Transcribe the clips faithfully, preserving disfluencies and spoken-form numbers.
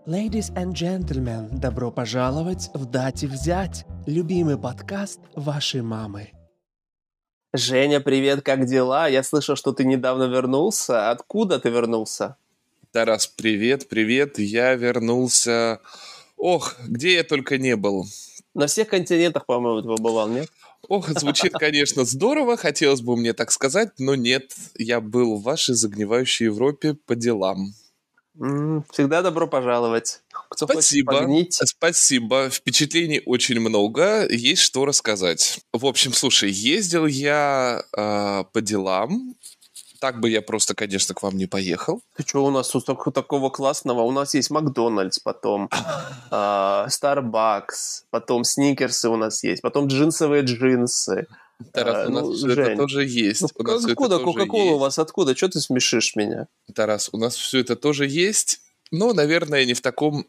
Ladies and gentlemen, добро пожаловать в «Дать и взять», любимый подкаст вашей мамы. Женя, привет, как дела? Я слышал, что ты недавно вернулся. Откуда ты вернулся? Тарас, привет, привет. Я вернулся... Ох, где я только не был. На всех континентах, по-моему, ты побывал, нет? Ох, звучит, конечно, здорово, хотелось бы мне так сказать, но нет, я был в вашей загнивающей Европе по делам. М, Всегда добро пожаловать. Кто хочет Спасибо, погнить? спасибо. Впечатлений очень много, есть что рассказать. В общем, слушай, ездил я э, по делам. Так бы я просто, конечно, к вам не поехал. Ты что, у нас тут так- такого классного? У нас есть Макдональдс, потом а, Starbucks, потом Сникерсы у нас есть, потом джинсовые джинсы. Тарас, А, у нас ну, все это Жень, тоже есть. ну У нас всё это откуда тоже Кока-Кола у есть. вас? Откуда? Что ты смешишь меня? Тарас, у нас все это тоже есть, но, наверное, не в таком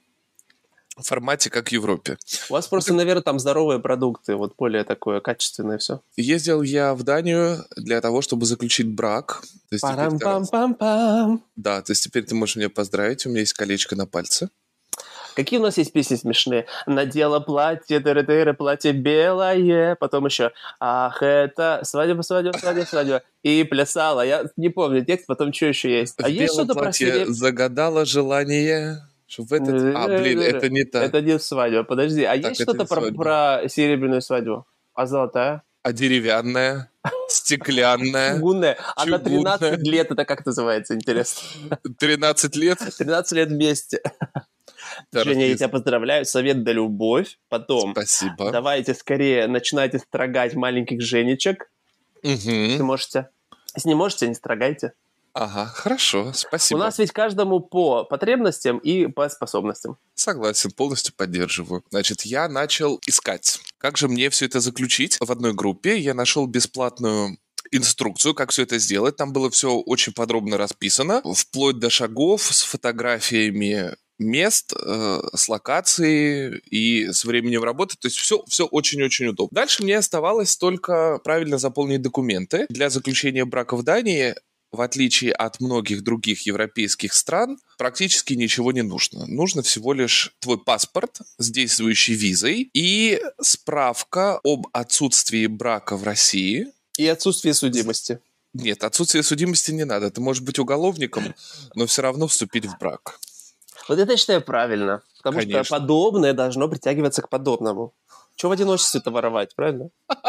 формате, как в Европе. У вас просто, наверное, там здоровые продукты, вот более такое качественное все. Ездил я в Данию для того, чтобы заключить брак. То есть теперь, Тарас, Парам-пам-пам-пам. да, то есть теперь ты можешь меня поздравить, у меня есть колечко на пальце. Какие у нас есть песни смешные? Надела платье, тыры-тыры, платье белое. Потом еще ах, это свадьба, свадьба, свадьба, свадьба. И плясала. Я не помню текст, потом что еще есть. А В есть белом что-то про платье сереб... загадала желание, что в этот... А, блин, это не та. Это не свадьба. Подожди, а Так, есть это что-то не про, свадьба. про серебряную свадьбу? А золотая? А деревянная, стеклянная, Чугунная. А на чугунная. тринадцать лет это как называется, интересно? тринадцать лет. тринадцать лет вместе. Тарас, Женя, я есть. тебя поздравляю. Совет да любовь. Потом Спасибо. давайте скорее начинайте строгать маленьких Женечек. Если Угу. можете. Если не можете, не строгайте. Ага, хорошо, спасибо. У нас ведь каждому по потребностям и по способностям. Согласен, полностью поддерживаю. Значит, я начал искать. Как же мне все это заключить? В одной группе я нашел бесплатную инструкцию, как все это сделать. Там было все очень подробно расписано, вплоть до шагов с фотографиями мест, э, с локацией и с временем работы. То есть все, все очень-очень удобно. Дальше мне оставалось только правильно заполнить документы. Для заключения брака в Дании, в отличие от многих других европейских стран, практически ничего не нужно. Нужно всего лишь твой паспорт с действующей визой и справка об отсутствии брака в России. И отсутствие судимости. Нет, отсутствие судимости не надо. Ты можешь быть уголовником, но все равно вступить в брак. Вот это я считаю правильно. Потому Конечно. что подобное должно притягиваться к подобному. Чего в одиночестве-то воровать, правильно?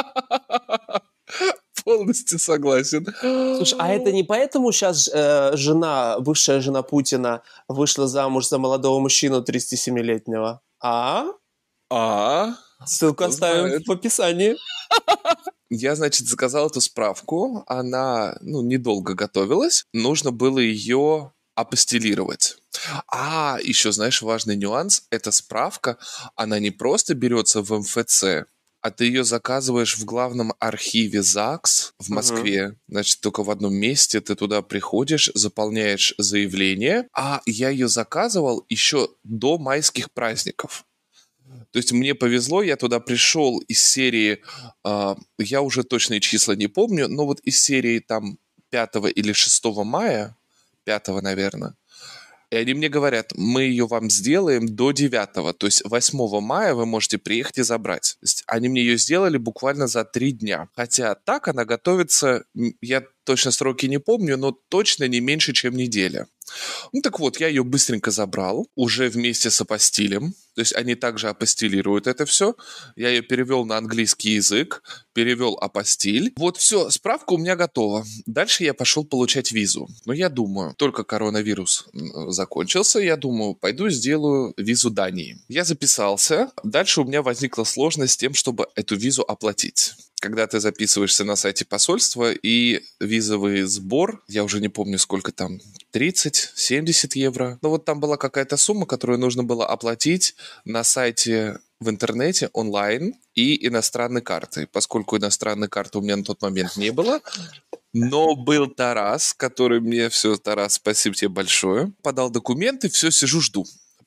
Полностью согласен. Слушай, а это не поэтому сейчас э, жена, бывшая жена Путина, вышла замуж за молодого мужчину тридцатисемилетнего? А? А? Ссылку Кто оставим знает. в описании. Я, значит, заказал эту справку. Она, ну, недолго готовилась. Нужно было ее апостилировать. А, еще, знаешь, важный нюанс. Эта справка, она не просто берется в эм эф це, а ты ее заказываешь в главном архиве ЗАГС в Москве. Значит, только в одном месте ты туда приходишь, заполняешь заявление. А я ее заказывал еще до майских праздников. То есть мне повезло, я туда пришел из серии, э, я уже точные числа не помню, но вот из серии там пятого или шестого мая, пятого, наверное, и они мне говорят, мы ее вам сделаем до девятого, то есть восьмого мая вы можете приехать и забрать. То есть они мне ее сделали буквально за три дня. Хотя так она готовится, м, я точно сроки не помню, но точно не меньше, чем неделя. Ну так вот, я ее быстренько забрал, уже вместе с апостилем. То есть они также апостилируют это все. Я ее перевел на английский язык, перевел апостиль. Вот все, справка у меня готова. Дальше я пошел получать визу. Но я думаю, только коронавирус м, закончился, я думаю, пойду сделаю визу Дании. Я записался. Дальше у меня возникла сложность с тем, чтобы эту визу оплатить. Когда ты записываешься на сайте посольства, и визовый сбор, я уже не помню, сколько там, тридцать-семьдесят евро. Но вот там была какая-то сумма, которую нужно было оплатить на сайте в интернете онлайн и иностранной картой. Поскольку иностранной карты у меня на тот момент не было, но был Тарас, который мне все, Тарас, спасибо тебе большое, подал документы, все, сижу, жду.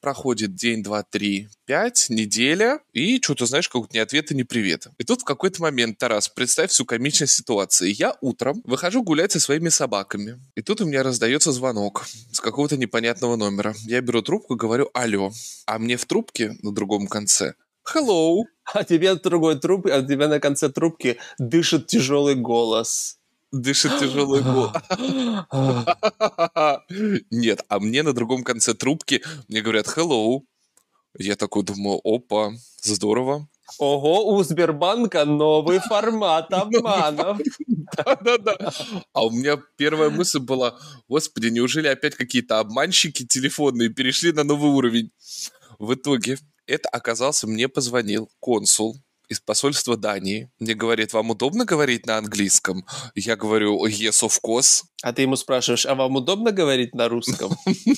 проходит день, два, три, пять, неделя, и что-то, знаешь, как ни ответа, ни привета. И тут в какой-то момент, Тарас, представь всю комичность ситуации. Я утром выхожу гулять со своими собаками, и тут у меня раздается звонок с какого-то непонятного номера. Я беру трубку, говорю «Алло», а мне в трубке на другом конце «Hello». А тебе в другой трубке, а тебе на конце трубки дышит тяжелый голос. Дышит тяжелый голос. Нет, а мне на другом конце трубки мне говорят «Hello». Я такой думаю, опа, здорово. Ого, у Сбербанка новый формат обманов. Да-да-да. А у меня первая мысль была, господи, неужели опять какие-то обманщики телефонные перешли на новый уровень? В итоге это оказался, мне позвонил консул из посольства Дании. Мне говорит, вам удобно говорить на английском? Я говорю, yes, of course. А ты ему спрашиваешь, а вам удобно говорить на русском?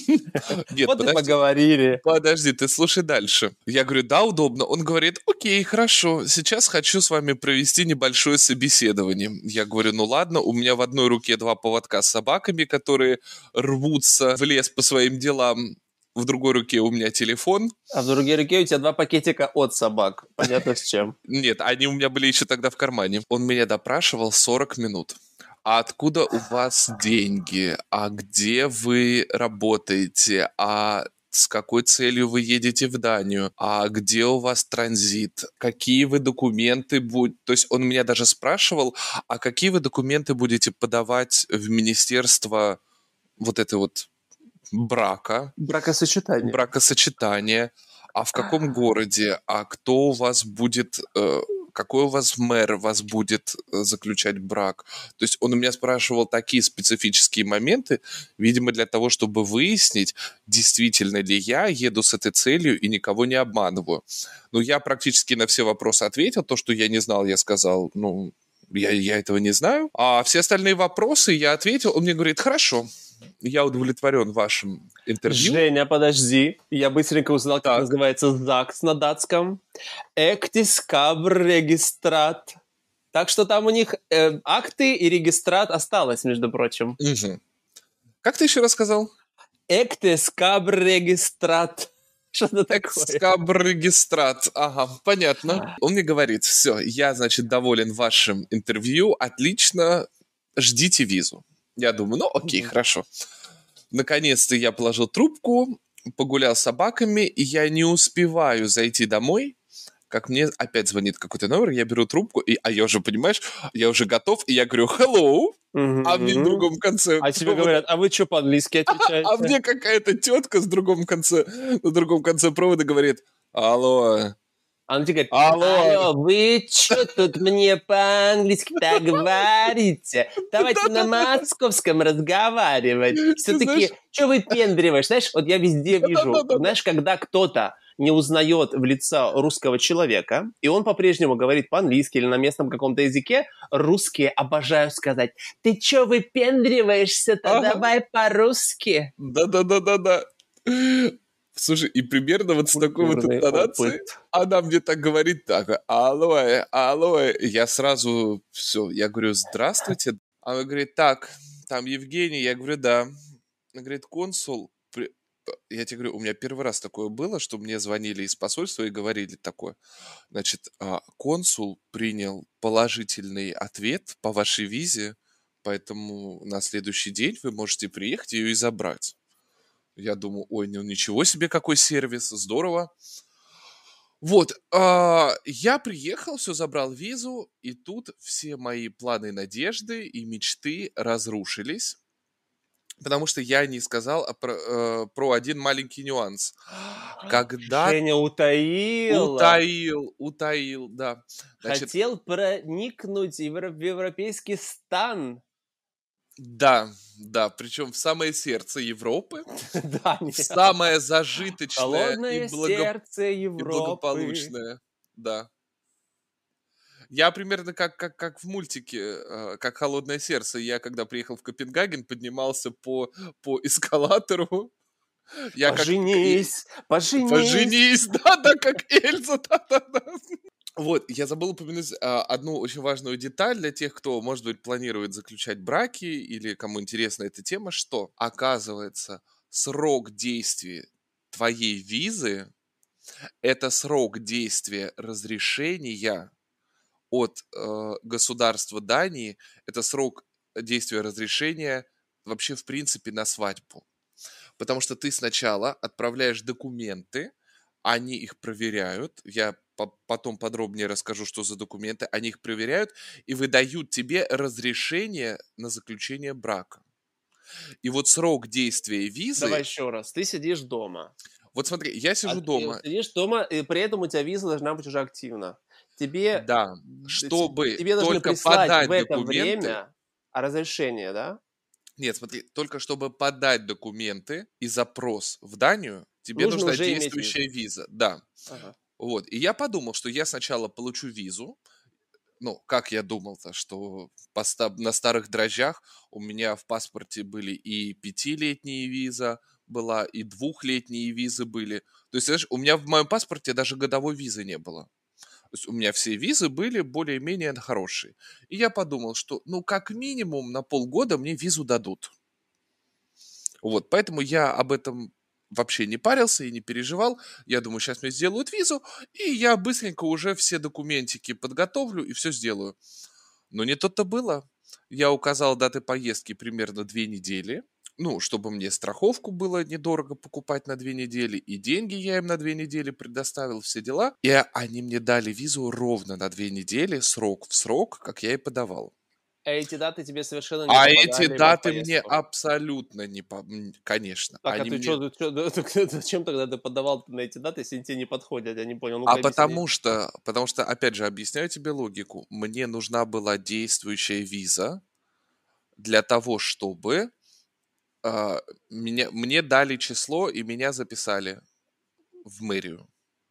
Нет, вот и подожди. поговорили. Подожди, ты слушай дальше. Я говорю, да, удобно. Он говорит, окей, хорошо, сейчас хочу с вами провести небольшое собеседование. Я говорю, ну ладно, у меня в одной руке два поводка с собаками, которые рвутся в лес по своим делам. В другой руке у меня телефон. А в другой руке у тебя два пакетика от собак. Понятно с чем. Нет, они у меня были еще тогда в кармане. Он меня допрашивал сорок минут. А откуда у вас деньги? А где вы работаете? А с какой целью вы едете в Данию? А где у вас транзит? Какие вы документы будете... То есть он меня даже спрашивал, а какие вы документы будете подавать в министерство вот это вот брака? Бракосочетание. Бракосочетание. А в каком городе? А кто у вас будет... Э, какой у вас мэр вас будет заключать брак? То есть он у меня спрашивал такие специфические моменты, видимо, для того, чтобы выяснить, действительно ли я еду с этой целью и никого не обманываю. Ну, я практически на все вопросы ответил. То, что я не знал, я сказал, ну, я, я этого не знаю. А все остальные вопросы я ответил. Он мне говорит, хорошо, я удовлетворен вашим интервью. Женя, подожди. Я быстренько узнал, как Так. называется ЗАГС на датском. Эктискабр регистрат. Так что там у них э, акты и регистрат осталось, между прочим. Угу. Как ты еще раз сказал? Эктискабр регистрат. Что-то такое. Экскабр-регистрат. Ага, понятно. Он мне говорит, все, я, значит, доволен вашим интервью, отлично, ждите визу. Я думаю, ну окей, mm-hmm. хорошо. Наконец-то я положил трубку, погулял с собаками, и я не успеваю зайти домой, как мне опять звонит какой-то номер, я беру трубку, и, а я уже, понимаешь, я уже готов, и я говорю «hello», mm-hmm. а мне в другом конце... А тебе говорят, а вы что по-английски отвечаете? А мне какая-то тетка с другом конце, на другом конце провода говорит «алло». Она тебе говорит, алло, алло, вы что тут мне по-английски так говорите? Давайте на московском разговаривать. Все-таки, что вы пендриваешь? Знаешь, вот я везде вижу, знаешь, когда кто-то не узнает в лицо русского человека, и он по-прежнему говорит по-английски или на местном каком-то языке, русские обожают сказать, ты чё выпендриваешься-то, ага. Давай по-русски. Да-да-да-да-да. Слушай, и примерно вот с такой вот интонацией она мне так говорит так, алло, алло, я сразу, все, я говорю, здравствуйте. Она говорит, так, там Евгений, я говорю, да. Она говорит, консул, я тебе говорю, у меня первый раз такое было, что мне звонили из посольства и говорили такое. Значит, консул принял положительный ответ по вашей визе, поэтому на следующий день вы можете приехать ее и забрать. Я думаю, ой, ну ничего себе, какой сервис, здорово. Вот, э, я приехал, все забрал визу, и тут все мои планы, надежды и мечты разрушились. Потому что я не сказал про, э, про один маленький нюанс. Когда... Женя утаил. Утаил, утаил, да. Значит... Хотел проникнуть в европейский стан. Да, да, причем в самое сердце Европы, да, в самое зажиточное холодное и, благо... сердце Европы. И благополучное, да. Я примерно как, как, как в мультике, как «Холодное сердце». Я, когда приехал в Копенгаген, поднимался по, по эскалатору. Я поженись, как... поженись. Поженись, да-да, как Эльза, да-да-да. Вот, я забыл упомянуть а, одну очень важную деталь для тех, кто, может быть, планирует заключать браки или кому интересна эта тема, что, оказывается, срок действия твоей визы — это срок действия разрешения от э, государства Дании, это срок действия разрешения вообще в принципе на свадьбу. Потому что ты сначала отправляешь документы, они их проверяют, я по- потом подробнее расскажу, что за документы, они их проверяют и выдают тебе разрешение на заключение брака. И вот срок действия Давай визы, еще раз. Ты сидишь дома. вот смотри, я А сижу ты дома, сидишь дома, и при этом у тебя виза должна быть уже активна. Тебе, да, д- те- чтобы тебе должны только прислать в подать это документы, время разрешение, да? нет, смотри, только чтобы подать документы и запрос в Данию, тебе Нужно нужна уже иметь действующая визу. виза, да. Ага. Вот, и я подумал, что я сначала получу визу, ну, как я думал-то, что по ста- на старых дрожжах у меня в паспорте были и пятилетние виза была, и двухлетние визы были. То есть, знаешь, у меня в моем паспорте даже годовой визы не было. То есть у меня все визы были более-менее хорошие. И я подумал, что, ну, как минимум на полгода мне визу дадут. Вот, поэтому я об этом вообще не парился и не переживал. Я думаю, сейчас мне сделают визу, и я быстренько уже все документики подготовлю и все сделаю. Но не тут-то было. Я указал даты поездки примерно две недели. Ну, чтобы мне страховку было недорого покупать на две недели, и деньги я им на две недели предоставил, все дела. И они мне дали визу ровно на две недели, срок в срок, как я и подавал. А эти даты тебе совершенно не А эти попадали в даты мне поездку. абсолютно не по... м, Конечно, Так, а они ты мне... что, зачем тогда ты подавал на эти даты, если они тебе не подходят? Я не понял, А ну-ка объясни. потому что, потому что, опять же, объясняю тебе логику. Мне нужна была действующая виза для того, чтобы а, меня, мне дали число и меня записали в мэрию.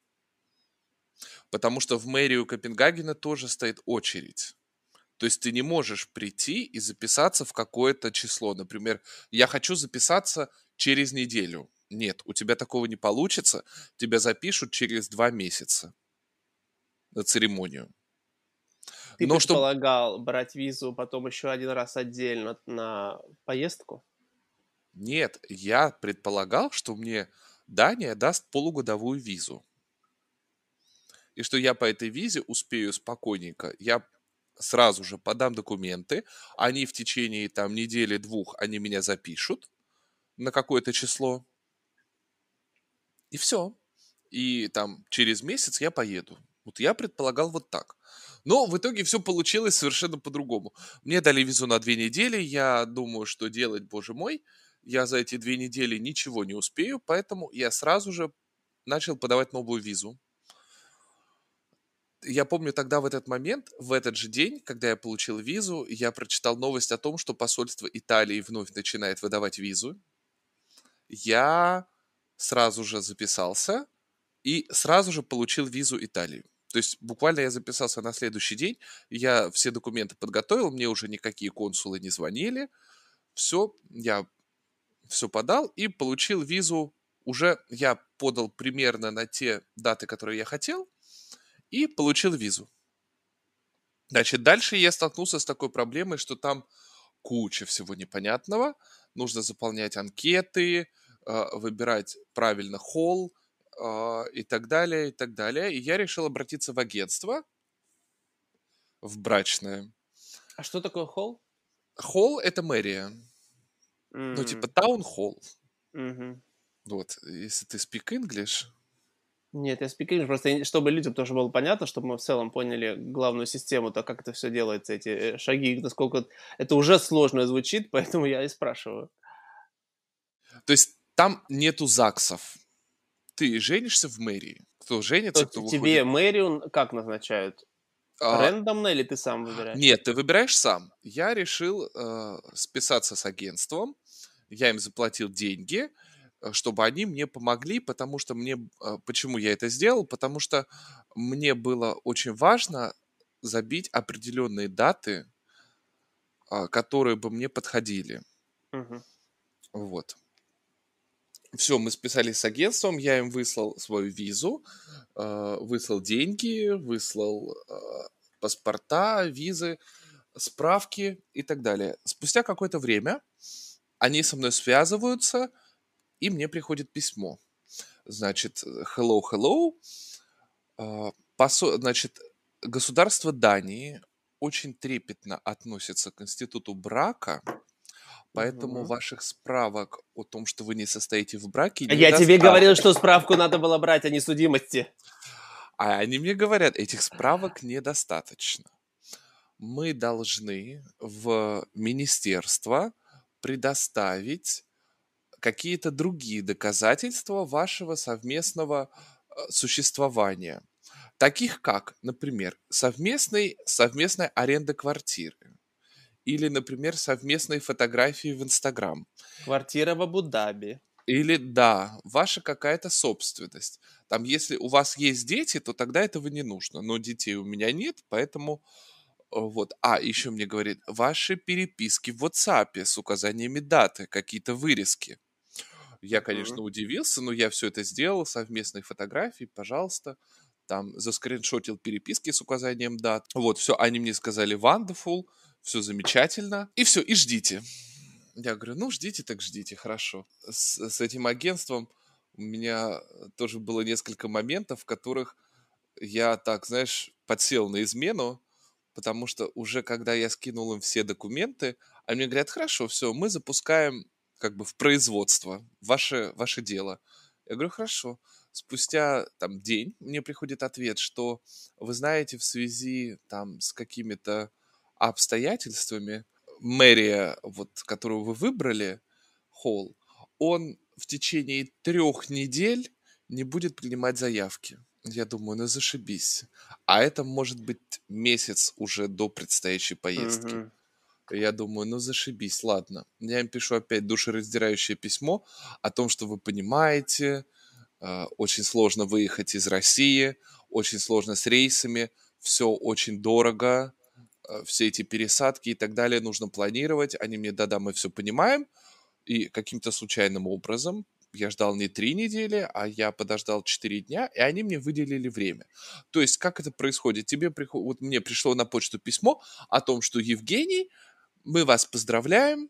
Потому что в мэрию Копенгагена тоже стоит очередь. То есть ты не можешь прийти и записаться в какое-то число. Например, я хочу записаться через неделю. Нет, у тебя такого не получится. Тебя запишут через два месяца на церемонию. Ты Но чтобы... предполагал брать визу потом еще один раз отдельно на поездку? Нет, я предполагал, что мне Дания даст полугодовую визу. И что я по этой визе успею спокойненько. Я сразу же подам документы, они в течение там недели-двух, они меня запишут на какое-то число, и все. И там через месяц я поеду. Вот я предполагал вот так. Но в итоге все получилось совершенно по-другому. Мне дали визу на две недели, я думаю, что делать, боже мой, я за эти две недели ничего не успею, поэтому я сразу же начал подавать новую визу. Я помню тогда в этот момент, в этот же день, когда я получил визу, я прочитал новость о том, что посольство Италии вновь начинает выдавать визу. Я сразу же записался и сразу же получил визу Италии. То есть буквально я записался на следующий день, я все документы подготовил, мне уже никакие консулы не звонили. Все, я все подал и получил визу. Уже я подал примерно на те даты, которые я хотел, и получил визу. Значит, дальше я столкнулся с такой проблемой, что там куча всего непонятного. Нужно заполнять анкеты, а, выбирать правильно холл а, и так далее, и так далее. И я решил обратиться в агентство, в брачное. А что такое холл? Холл — это мэрия. Ну, типа М, таун-холл. мгм. Вот, если ты speak English. Нет, я speak English, просто я не- чтобы людям тоже было понятно, чтобы мы в целом поняли главную систему, то как это все делается, эти э, шаги, насколько это уже сложно звучит, поэтому я и спрашиваю. То есть там нету ЗАГСов. Ты женишься в мэрии. Кто То женится, кто есть выходит... тебе мэрию как назначают? а, Рандомно или ты сам выбираешь? Нет, ты выбираешь сам. Я решил э, списаться с агентством. Я им заплатил деньги, э, чтобы они мне помогли, потому что мне... э, Почему я это сделал? Потому что мне было очень важно забить определенные даты, а, которые бы мне подходили. Мгм. Вот. Все, мы списались с агентством, я им выслал свою визу, э, выслал деньги, выслал э, паспорта, визы, справки и так далее. Спустя какое-то время они со мной связываются, и мне приходит письмо. Значит, hello, hello. А, посо- Значит, государство Дании очень трепетно относится к институту брака, поэтому Мгм. ваших справок о том, что вы не состоите в браке, А я тебе недостаточно. говорил, что справку надо было брать, а не судимости. А они мне говорят, этих справок недостаточно. Мы должны в министерство предоставить какие-то другие доказательства вашего совместного э, существования. Таких как, например, совместный, совместная аренда квартиры или, например, совместные фотографии в Инстаграм. Квартира в Абу-Даби. Или, да, ваша какая-то собственность. Там, если у вас есть дети, то тогда этого не нужно. Но детей у меня нет, поэтому э, вот. А, еще мне говорит, ваши переписки в WhatsApp с указаниями даты, какие-то вырезки. Я, конечно, Мгм. удивился, но я все это сделал, совместные фотографии, пожалуйста. Там заскриншотил переписки с указанием дат. Вот, все, они мне сказали wonderful, все замечательно. И все, и ждите. Я говорю, ну, ждите, так ждите, хорошо. С, с этим агентством у меня тоже было несколько моментов, в которых я так, знаешь, подсел на измену, потому что уже когда я скинул им все документы, они мне говорят, хорошо, все, мы запускаем как бы в производство ваше, ваше дело. Я говорю, хорошо. Спустя там день мне приходит ответ, что вы знаете, в связи там с какими-то обстоятельствами мэрия, вот, которую вы выбрали, Холл, он в течение трех недель не будет принимать заявки. Я думаю, ну зашибись. А это может быть месяц уже до предстоящей поездки. Мгм. Я думаю, ну зашибись, ладно. Я им пишу опять душераздирающее письмо о том, что вы понимаете, э, очень сложно выехать из России, очень сложно с рейсами, все очень дорого, э, все эти пересадки и так далее нужно планировать. Они мне, да-да, мы все понимаем. И каким-то случайным образом я ждал не три недели, а я подождал четыре дня, и они мне выделили время. То есть, как это происходит? Тебе приход... Вот мне пришло на почту письмо о том, что Евгений, мы вас поздравляем,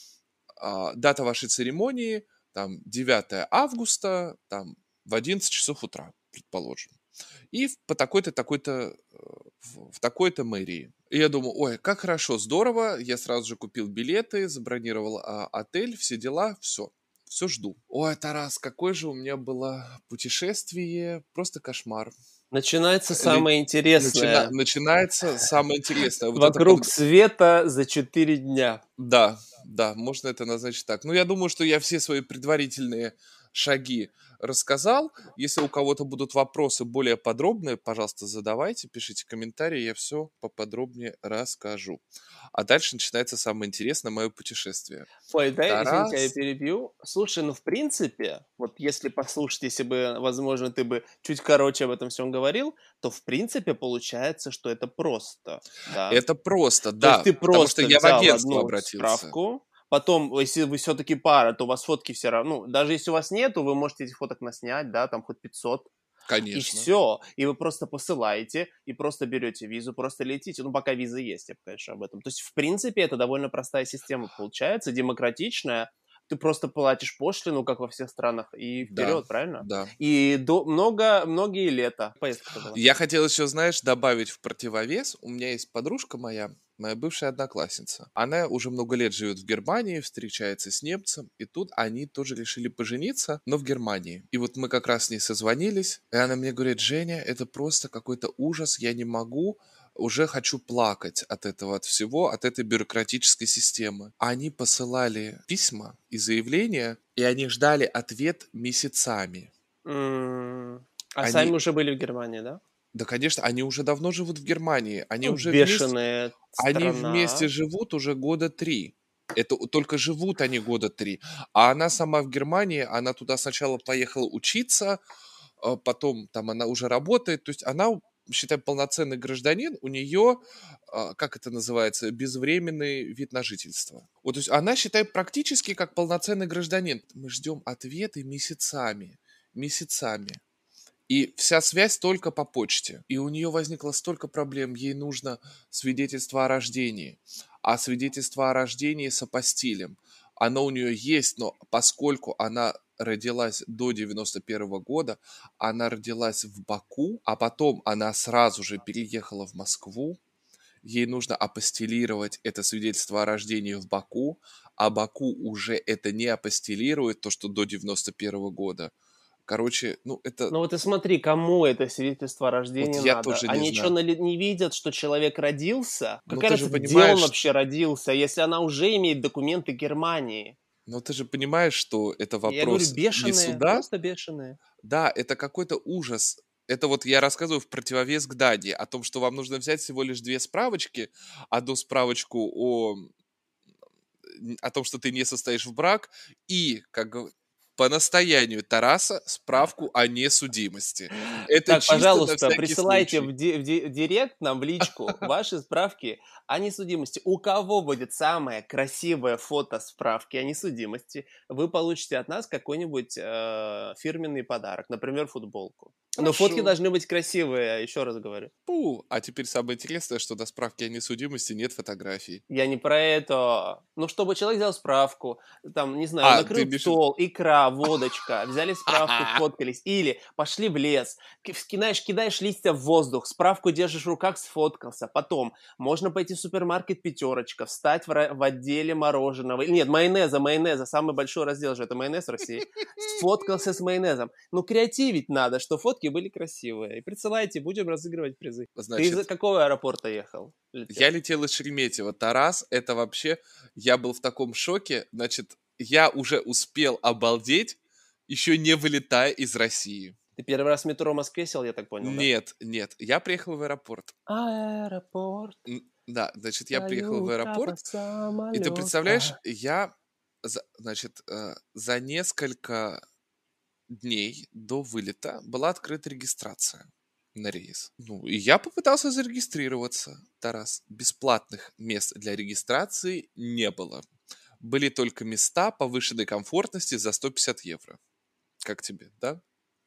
а, дата вашей церемонии, там, девятое августа, там, в одиннадцать часов утра, предположим. И в- по такой-то, такой-то, э, в в такой-то мэрии. И я думаю, ой, как хорошо, здорово. Я сразу же купил билеты, забронировал а, отель, все дела, все. Все жду. Ой, Тарас, какое же у меня было путешествие, просто кошмар. Начинается Ле- самое начина- интересное. начинается самое интересное. Вот это Вокруг подго- света за четыре дня. Да, да, можно это назначить так. Ну, я думаю, что я все свои предварительные шаги рассказал. Если у кого-то будут вопросы более подробные, пожалуйста, задавайте, пишите комментарии, я все поподробнее расскажу. А дальше начинается самое интересное, мое путешествие. Ой, дай, извини, тебя я Тарас, перебью. Слушай, ну, в принципе, вот если послушать, если бы, возможно, ты бы чуть короче об этом всем говорил, то, в принципе, получается, что это просто, да? это просто, То есть да, ты потому что просто я в взял агентство одну обратился. справку, потом, если вы все-таки пара, то у вас фотки все равно, ну, даже если у вас нету, вы можете этих фоток наснять, да, там хоть пятьсот, и Конечно. все, и вы просто посылаете, и просто берете визу, просто летите, ну, пока виза есть, я пока еще об этом. То есть, в принципе, это довольно простая система получается, демократичная, ты просто платишь пошлину, как во всех странах, и Да, вперед, правильно? да. И до, много, многие лета поездка была. Я хотел еще, знаешь, добавить в противовес. У меня есть подружка моя, моя бывшая одноклассница. Она уже много лет живет в Германии, встречается с немцем, и тут они тоже решили пожениться, но в Германии. И вот мы как раз с ней созвонились, и она мне говорит, Женя, это просто какой-то ужас, я не могу, уже хочу плакать от этого, от всего, от этой бюрократической системы. Они посылали письма и заявления, и они ждали ответ месяцами. М. А сами Они уже были в Германии, да? Да, конечно, они уже давно живут в Германии. Они Ну, уже вместе, бешеная они вместе страна. живут уже года три. Это у- только живут они года три. А она сама в Германии, она туда сначала поехала учиться, а потом там она уже работает. То есть она, считай, полноценный гражданин. У нее, а, как это называется, безвременный вид на жительство. Вот, то есть она, считает, практически как полноценный гражданин. Мы ждем ответы месяцами. Месяцами. И вся связь только по почте. И у нее возникло столько проблем. Ей нужно свидетельство о рождении. А свидетельство о рождении с апостилем. Оно у нее есть, но поскольку она родилась до девяносто первого года, она родилась в Баку, а потом она сразу же переехала в Москву. Ей нужно апостилировать это свидетельство о рождении в Баку, а Баку уже это не апостилирует, то, что до девяносто первого года. Короче, ну это... Ну вот и смотри, кому это свидетельство о Вот рождении я надо? тоже не Они что, знаю. не видят, что человек родился? Ну Какая ты же разница, где он понимаешь, вообще родился, если она уже имеет документы Германии? ну ты же понимаешь, что это Я говорю, вопрос не бешеные, суда. просто бешеные. Да, это какой-то ужас. Это вот я рассказываю в противовес к Дании о том, что вам нужно взять всего лишь две справочки. Одну справочку о, о том, что ты не состоишь в брак, и, как гов- по настоянию Тараса, справку о несудимости. Это Так, чисто на пожалуйста, всякий присылайте случай. в, ди- в ди- директ нам в личку ваши справки о несудимости. У кого будет самое красивое фото справки о несудимости, вы получите от нас какой-нибудь э, фирменный подарок, например, футболку. Но фотки Хорошо. должны быть красивые, еще раз говорю. Пу. А теперь самое интересное, что до справки о несудимости нет фотографий. Я не про это. Ну, чтобы человек взял справку, там, не знаю, А, ты накрыл имеешь в виду- стол, икра, водочка, взяли справку, сфоткались. Или пошли в лес, ки- кидаешь, кидаешь листья в воздух, справку держишь в руках, сфоткался. Потом можно пойти в супермаркет «Пятерочка», встать в, ра- в отделе мороженого. Или нет, майонеза, майонеза, самый большой раздел же, это майонез в России. Сфоткался с майонезом. Ну, креативить надо, что фотки были красивые. И присылайте, будем разыгрывать призы. Ты из Значит, какого аэропорта ехал? я Летел? летел из Шереметьево. Тарас, это вообще... Я был в таком шоке. Значит, я уже успел обалдеть, еще не вылетая из России. Ты первый раз в метро в Москве сел, я так понял, да? Нет, нет. Я приехал в аэропорт. Аэропорт, Н- Да, значит, я приехал в каюта аэропорт. И ты представляешь, самолета. я, за- значит, э, за несколько дней до вылета была открыта регистрация на рейс. Ну, и я попытался зарегистрироваться, Тарас. Бесплатных мест для регистрации не было. Были только места повышенной комфортности за сто пятьдесят евро. Как тебе, да?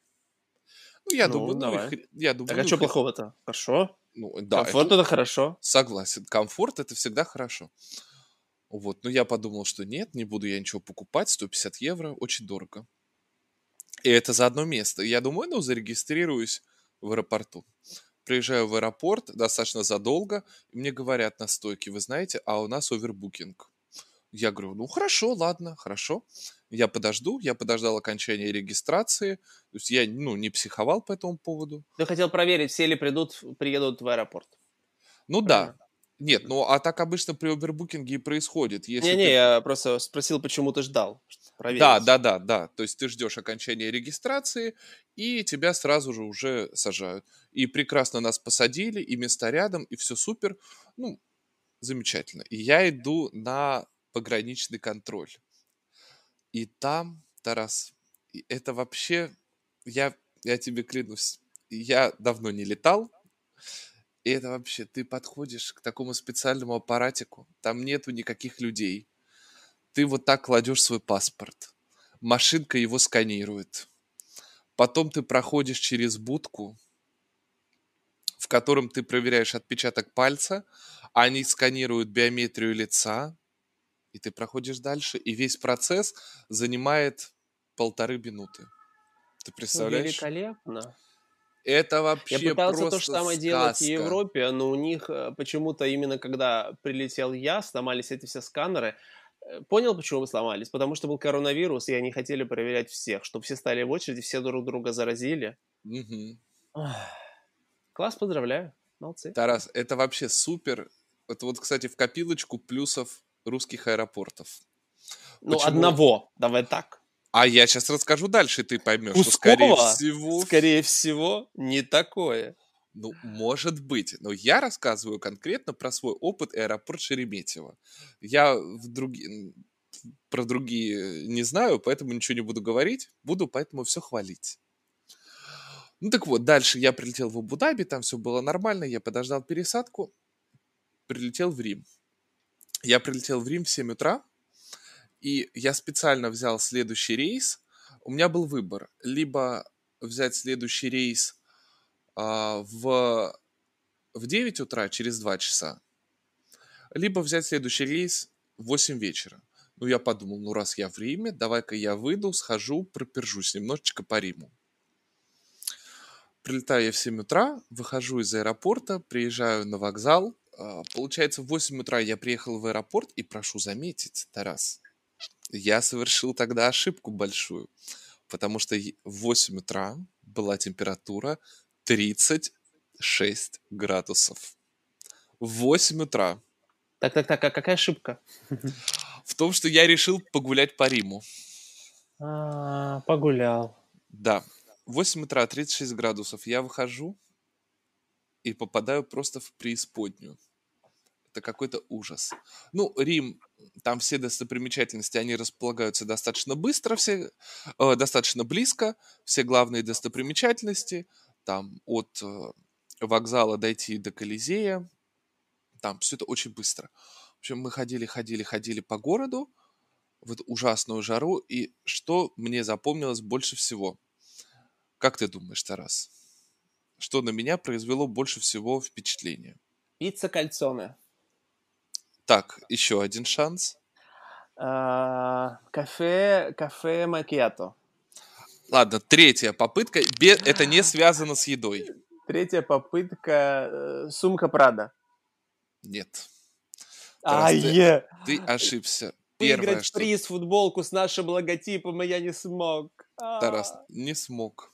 Ну, я Ну, думаю, ну и давай. хрен, я Так думаю, а ну и что хрен. плохого-то? Хорошо. Ну, да, это Комфорт это хорошо. согласен. Комфорт это всегда хорошо. Вот, но я подумал, что нет, не буду я ничего покупать, сто пятьдесят евро, очень дорого. И это за одно место. Я думаю, ну, зарегистрируюсь в аэропорту. Приезжаю в аэропорт достаточно задолго, и мне говорят на стойке, вы знаете, а у нас овербукинг. Я говорю, ну хорошо, ладно, хорошо. Я подожду, я подождал окончания регистрации. То есть я, ну, не психовал по этому поводу. Ты хотел проверить, все ли придут, приедут в аэропорт. Ну да. Правильно? Нет, Мгм. ну а так обычно при овербукинге и происходит. Если Не-не, ты... я просто спросил, почему ты ждал. Чтобы Да, проверить. да, да, да. То есть ты ждешь окончания регистрации, и тебя сразу же уже сажают. И прекрасно нас посадили, и места рядом, и все супер. Ну, замечательно. И я иду на пограничный контроль. И там, Тарас, и это вообще, я, я тебе клянусь, я давно не летал, и это вообще, ты подходишь к такому специальному аппаратику, там нету никаких людей. Ты вот так кладешь свой паспорт, машинка его сканирует. Потом ты проходишь через будку, в котором ты проверяешь отпечаток пальца, они сканируют биометрию лица, и ты проходишь дальше, и весь процесс занимает полторы минуты. Ты Ну, представляешь? великолепно. Это Я вообще пытался то же просто самое делать в сказка. Европе, но у них э, почему-то именно когда прилетел я, сломались эти все сканеры. Э, Понял, почему мы сломались? Потому что был коронавирус, и они хотели проверять всех, чтобы все стали в очередь, все друг друга заразили. Мгм. Ах, класс, поздравляю. Молодцы. Тарас, это вообще супер. Это вот, кстати, в копилочку плюсов русских аэропортов. Ну, Почему? одного, давай так. А я сейчас расскажу дальше, и ты поймешь, что, скорее Пускова, всего, скорее всего, не такое. ну, может быть. Но я рассказываю конкретно про свой опыт аэропорт Шереметьево. Я в други... про другие не знаю, поэтому ничего не буду говорить. Буду поэтому все хвалить. Ну так вот, дальше я прилетел в Абу-Даби, там все было нормально, я подождал пересадку, прилетел в Рим. Я прилетел в Рим в семь утра, и я специально взял следующий рейс. У меня был выбор. Либо взять следующий рейс а, в, в девять утра, через два часа, либо взять следующий рейс в восемь вечера. Ну, я подумал, ну, раз я в Риме, давай-ка я выйду, схожу, пропержусь немножечко по Риму. Прилетаю я в семь утра, выхожу из аэропорта, приезжаю на вокзал. А, Получается, в восемь утра я приехал в аэропорт, и прошу заметить, Тарас, я совершил тогда ошибку большую, потому что е- в восемь утра была температура тридцать шесть градусов. В восемь утра. Так-так-так, а какая ошибка? В том, что я решил погулять по Риму. А, погулял. Да, в восемь утра тридцать шесть градусов. Я выхожу и попадаю просто в преисподнюю. Это какой-то ужас. Ну, Рим, там все достопримечательности, они располагаются достаточно быстро, все, э, достаточно близко, все главные достопримечательности, там от э, вокзала дойти до Колизея, там все это очень быстро. В общем, мы ходили, ходили, ходили по городу в эту ужасную жару, и что мне запомнилось больше всего? Как ты думаешь, Тарас? Что на меня произвело больше всего впечатление? Пицца кальцоне. Так, еще один шанс. А, кафе, кафе макиато. Ладно, третья попытка. Бе- Это не связано с едой. Третья попытка. э, Сумка Прада. Нет. Тарас, ты, Ай, ты ошибся. Первое, выиграть что приз, футболку с нашим логотипом, и я не смог. Тарас А. не смог.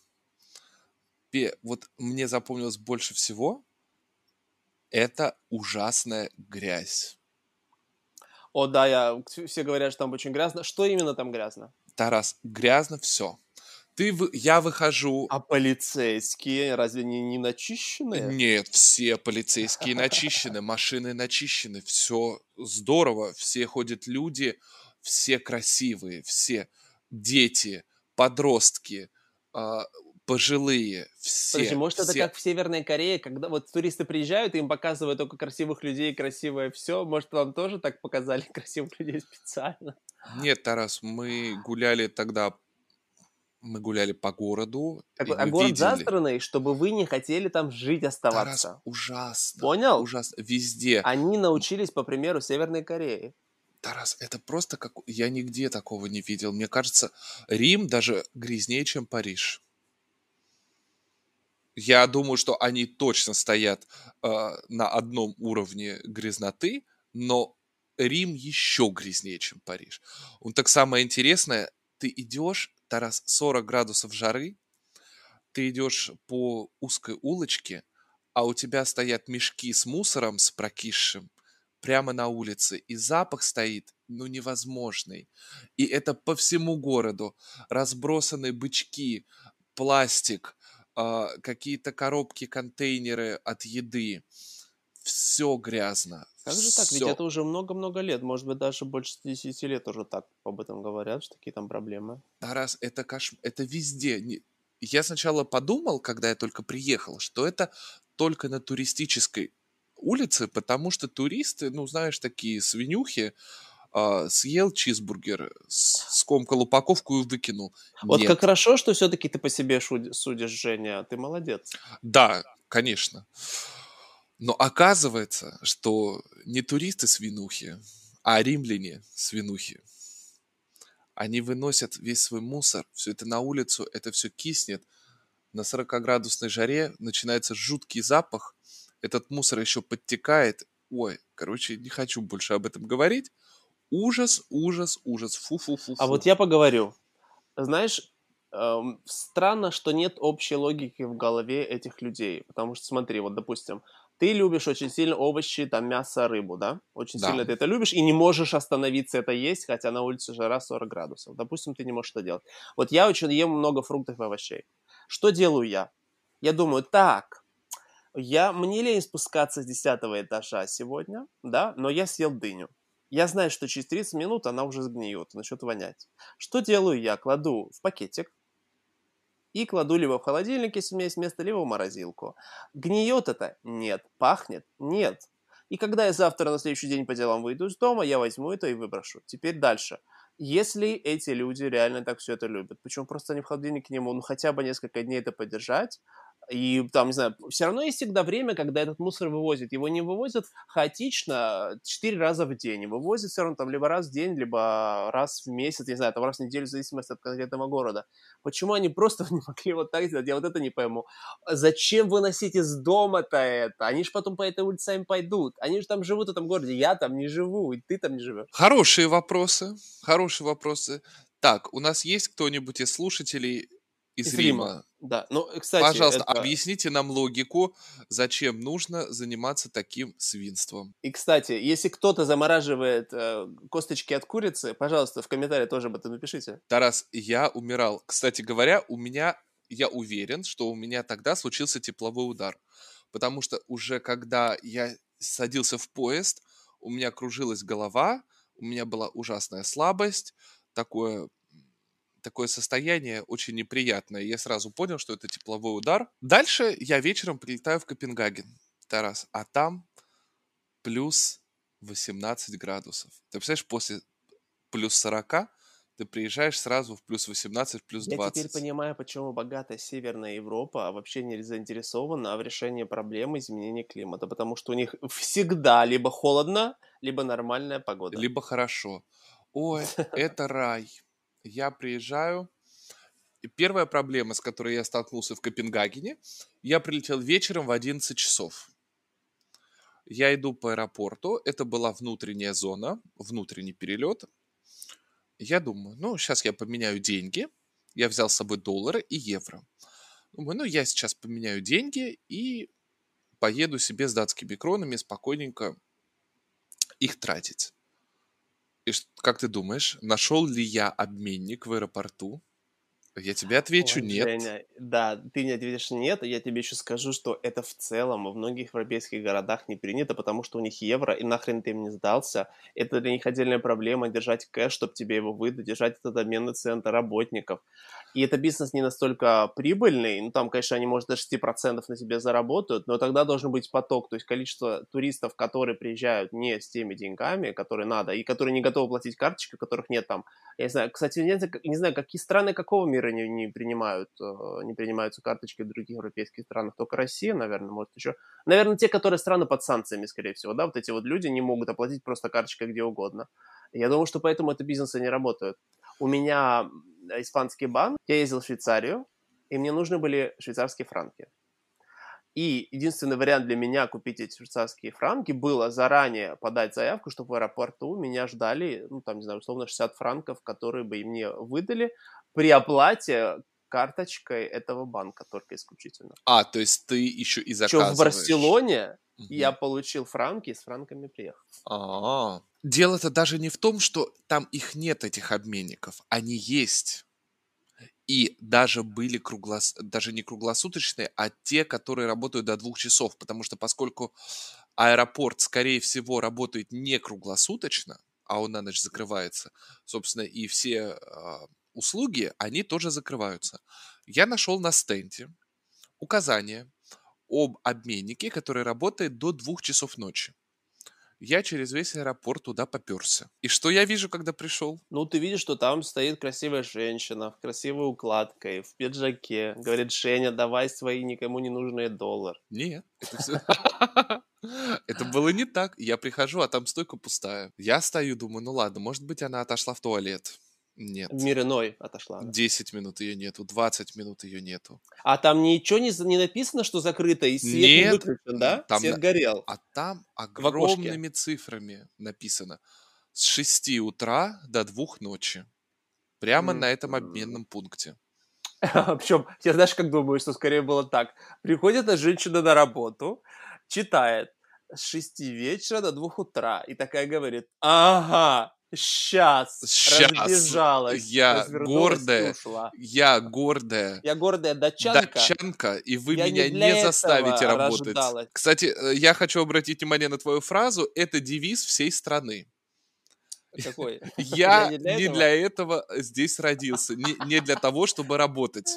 Пе- Вот мне запомнилось больше всего, это ужасная грязь. О, да, я, все говорят, что там очень грязно. Что именно там грязно? Тарас, грязно все. Ты, вы- я выхожу. А полицейские разве не, не начищенные? Нет, все полицейские начищены, машины начищены, все здорово, все ходят люди, все красивые, все дети, подростки, а, пожилые, Подожди, все, может, это все. как в Северной Корее, когда вот туристы приезжают, и им показывают только красивых людей, красивое все. Может, вам тоже так показали красивых людей специально? Нет, Тарас, мы гуляли тогда, мы гуляли по городу, Так и вот, а мы город видели. застроенный, чтобы вы не хотели там жить, Тарас, оставаться. ужасно, Понял? ужасно, везде. Они научились, по примеру, Северной Кореи. Тарас, это просто как... Я нигде такого не видел. Мне кажется, Рим даже грязнее, чем Париж. Я думаю, что они точно стоят э, на одном уровне грязноты, но Рим еще грязнее, чем Париж. Он так самое интересное, ты идешь, Тарас, сорок градусов жары, ты идешь по узкой улочке, а у тебя стоят мешки с мусором, с прокисшим, прямо на улице, и запах стоит, ну, невозможный. И это по всему городу. Разбросаны бычки, пластик, а, какие-то коробки, контейнеры от еды. Все грязно. Как же так? Ведь Все. это уже много-много лет. Может быть, даже больше десяти лет уже так об этом говорят, что такие там проблемы. Тарас, это кош... это везде. Не- Я сначала подумал, когда я только приехал, что это только на туристической улице, потому что туристы, ну, знаешь, такие свинюхи, а, съел чизбургер, с- скомкал упаковку и выкинул. Вот как Нет. хорошо, что все-таки ты по себе шуди- судишь, Женя. Ты молодец. Да, конечно. Но оказывается, что не туристы свинухи, а римляне свинухи. Они выносят весь свой мусор, все это на улицу, это все киснет. На сорокаградусной жаре начинается жуткий запах. Этот мусор еще подтекает. Ой, короче, не хочу больше об этом говорить. Ужас, ужас, ужас. А Фу-фу-фу-фу. вот я поговорю. Знаешь, эм, странно, что нет общей логики в голове этих людей. Потому что, смотри, вот, допустим, ты любишь очень сильно овощи, там, мясо, рыбу, да? Очень Да. сильно ты это любишь и не можешь остановиться это есть, хотя на улице жара сорок градусов. Допустим, ты не можешь это делать. Вот я очень ем много фруктов и овощей. Что делаю я? Я думаю, так, я, мне лень спускаться с десятого этажа сегодня, да, но я съел дыню. Я знаю, что через тридцать минут она уже сгниет, начнет вонять. Что делаю я? Кладу в пакетик и кладу либо в холодильник, если у меня есть место, либо в морозилку. Гниет это? Нет. Пахнет? Нет. И когда я завтра на следующий день по делам выйду из дома, я возьму это и выброшу. Теперь дальше. Если эти люди реально так все это любят, почему просто они в холодильнике не могут ну, хотя бы несколько дней это подержать, И там, не знаю, все равно есть всегда время, когда этот мусор вывозят. Его не вывозят хаотично четыре раза в день. Вывозят все равно там либо раз в день, либо раз в месяц, не знаю, там раз в неделю, в зависимости от конкретного города. Почему они просто не могли вот так сделать? Я вот это не пойму. Зачем выносить из дома-то это? Они же потом по этой улице сами пойдут. Они же там живут в этом городе. Я там не живу, и ты там не живешь. Хорошие вопросы, хорошие вопросы. Так, у нас есть кто-нибудь из слушателей из, Из Рима? Рима. Да, ну, кстати, Пожалуйста, это... объясните нам логику, зачем нужно заниматься таким свинством. И, кстати, если кто-то замораживает э, косточки от курицы, пожалуйста, в комментариях тоже об этом напишите. Тарас, я умирал. Кстати говоря, у меня, я уверен, что у меня тогда случился тепловой удар. Потому что уже когда я садился в поезд, у меня кружилась голова, у меня была ужасная слабость, такое, такое состояние очень неприятное. Я сразу понял, что это тепловой удар. Дальше я вечером прилетаю в Копенгаген, Тарас, а там плюс восемнадцать градусов. Ты представляешь, после плюс сорока ты приезжаешь сразу в плюс восемнадцать, плюс Я теперь двадцать. понимаю, почему богатая Северная Европа вообще не заинтересована в решении проблемы изменения климата, потому что у них всегда либо холодно, либо нормальная погода. Либо хорошо. Ой, это рай. Я приезжаю, и первая проблема, с которой я столкнулся в Копенгагене, я прилетел вечером в одиннадцать часов. Я иду по аэропорту, это была внутренняя зона, внутренний перелет. Я думаю, ну, сейчас я поменяю деньги. Я взял с собой доллары и евро. Думаю, ну, я сейчас поменяю деньги и поеду себе с датскими кронами спокойненько их тратить. И ш- как ты думаешь, нашел ли я обменник в аэропорту? Я тебе отвечу, Ой, нет. Женя, да, ты мне ответишь нет, и я тебе еще скажу, что это в целом во многих европейских городах не принято, потому что у них евро, и нахрен ты им не сдался. Это для них отдельная проблема, держать кэш, чтобы тебе его выдать, держать этот обменный центр работников. И это бизнес не настолько прибыльный, ну там, конечно, они, может, до шести процентов на тебе заработают, но тогда должен быть поток, то есть количество туристов, которые приезжают не с теми деньгами, которые надо, и которые не готовы платить карточкой, у которых нет там, я не знаю, кстати, не знаю, не знаю, какие страны какого мира не, не принимают, э, не принимаются карточки в других европейских странах, только Россия, наверное, может еще. Наверное, те, которые страны под санкциями, скорее всего, да, вот эти вот люди не могут оплатить просто карточкой где угодно. Я думаю, что поэтому это бизнесы не работают. У меня испанский банк, я ездил в Швейцарию, и мне нужны были швейцарские франки. И единственный вариант для меня купить эти швейцарские франки было заранее подать заявку, чтобы в аэропорту меня ждали, ну, там, не знаю, условно шестьдесят франков, которые бы и мне выдали при оплате карточкой этого банка только исключительно. А, то есть ты еще и Что в заказываешь. Барселоне Мгм. я получил франки и с франками приехал. А, дело-то даже не в том, что там их нет, этих обменников. Они есть. И даже были круглос... даже не круглосуточные, а те, которые работают до двух часов. Потому что поскольку аэропорт, скорее всего, работает не круглосуточно, а он на ночь закрывается, собственно, и все а, услуги, они тоже закрываются. Я нашел на стенде указание об обменнике, который работает до двух часов ночи. Я через весь аэропорт туда попёрся. И что я вижу, когда пришел? Ну, ты видишь, что там стоит красивая женщина в красивой укладкой, в пиджаке. Говорит: Женя, давай свои никому не нужные доллары. Нет, это все... Это было не так. Я прихожу, а там стойка пустая. Я стою, думаю, ну ладно, может быть, она отошла в туалет. Нет. В мир иной отошла она. десять минут ее нету, двадцать минут ее нету. А там ничего не, за- не написано, что закрыто, и свет не Нет, выключен, да? там Свет на- горел а там в окошке. огромными цифрами написано с шести утра до двух ночи. Прямо на этом М. обменном пункте. Причем, я знаешь, как думаю, что скорее было так. Приходит эта женщина на работу, читает с шести вечера до двух утра, и такая говорит: ага, сейчас, Сейчас разбежалась, я развернулась и гордая, ушла. я гордая Я гордая датчанка, датчанка, и вы я не меня для не заставите этого работать. рождалась. Кстати, э, я хочу обратить внимание на твою фразу. Это девиз всей страны. Какой? Я Я не для не этого? для этого здесь родился, не, не для того, чтобы работать.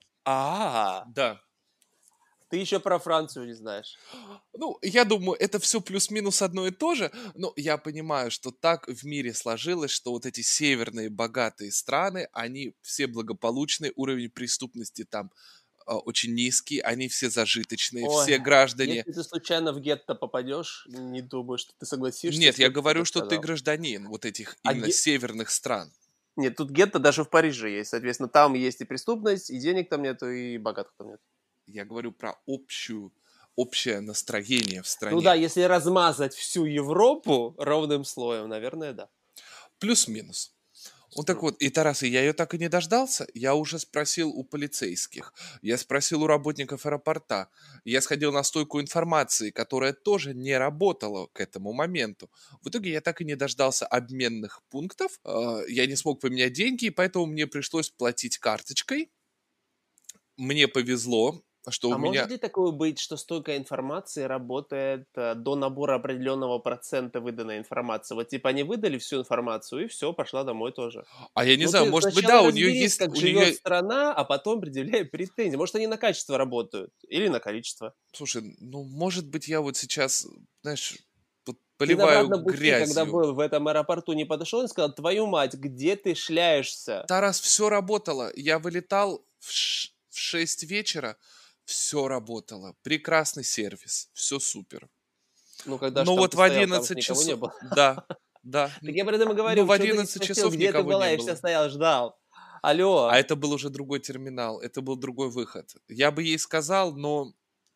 А, Да. ты еще про Францию не знаешь. Ну, я думаю, это все плюс-минус одно и то же, но я понимаю, что так в мире сложилось, что вот эти северные богатые страны, они все благополучные, уровень преступности там а, очень низкий, они все зажиточные, Ой, все граждане. если ты случайно в гетто попадешь, не думаю, что ты согласишься с Нет, я тем, что говорю, я что ты сказал. гражданин вот этих А именно ге северных стран. Нет, тут гетто даже в Париже есть. Соответственно, там есть и преступность, и денег там нету, и богатых там нет. Я говорю про общую, общее настроение в Ну да, стране. если размазать всю Европу ровным слоем, наверное, да. Плюс-минус. Вот так М. вот, и Тарас, и я ее так и не дождался. Я уже спросил у полицейских, я спросил у работников аэропорта, я сходил на стойку информации, которая тоже не работала к этому моменту. В итоге я так и не дождался обменных пунктов, э, я не смог поменять деньги, и поэтому мне пришлось платить карточкой. Мне повезло, что у А меня... может ли такое быть, что стойка информации работает э, до набора определенного процента выданной информации? Вот типа они выдали всю информацию, и все, пошла домой тоже. А я не Ну знаю, ты может быть, сначала да, у нее разберись, есть... как У живет нее... страна, а потом предъявляй претензии. Может, они на качество работают или на количество. Слушай, ну, может быть, я вот сейчас, знаешь, вот Ты на поливаю обратном пути, когда грязью. был в этом аэропорту, не подошел и сказал: твою мать, где ты шляешься? Тарас, все работало. Я вылетал в, ш- в шесть вечера, все работало. Прекрасный сервис, все супер. Ну, когда ж Но там вот ты в стоял, там ж одиннадцать никого не часов, было. да, да, Так н- я про это и ну говорю, в чё ты не одиннадцать спросил, часов где ты никого не была, и всё было. стоял, ждал. А Алло, это был уже другой терминал, это был другой выход. Я бы ей сказал, но,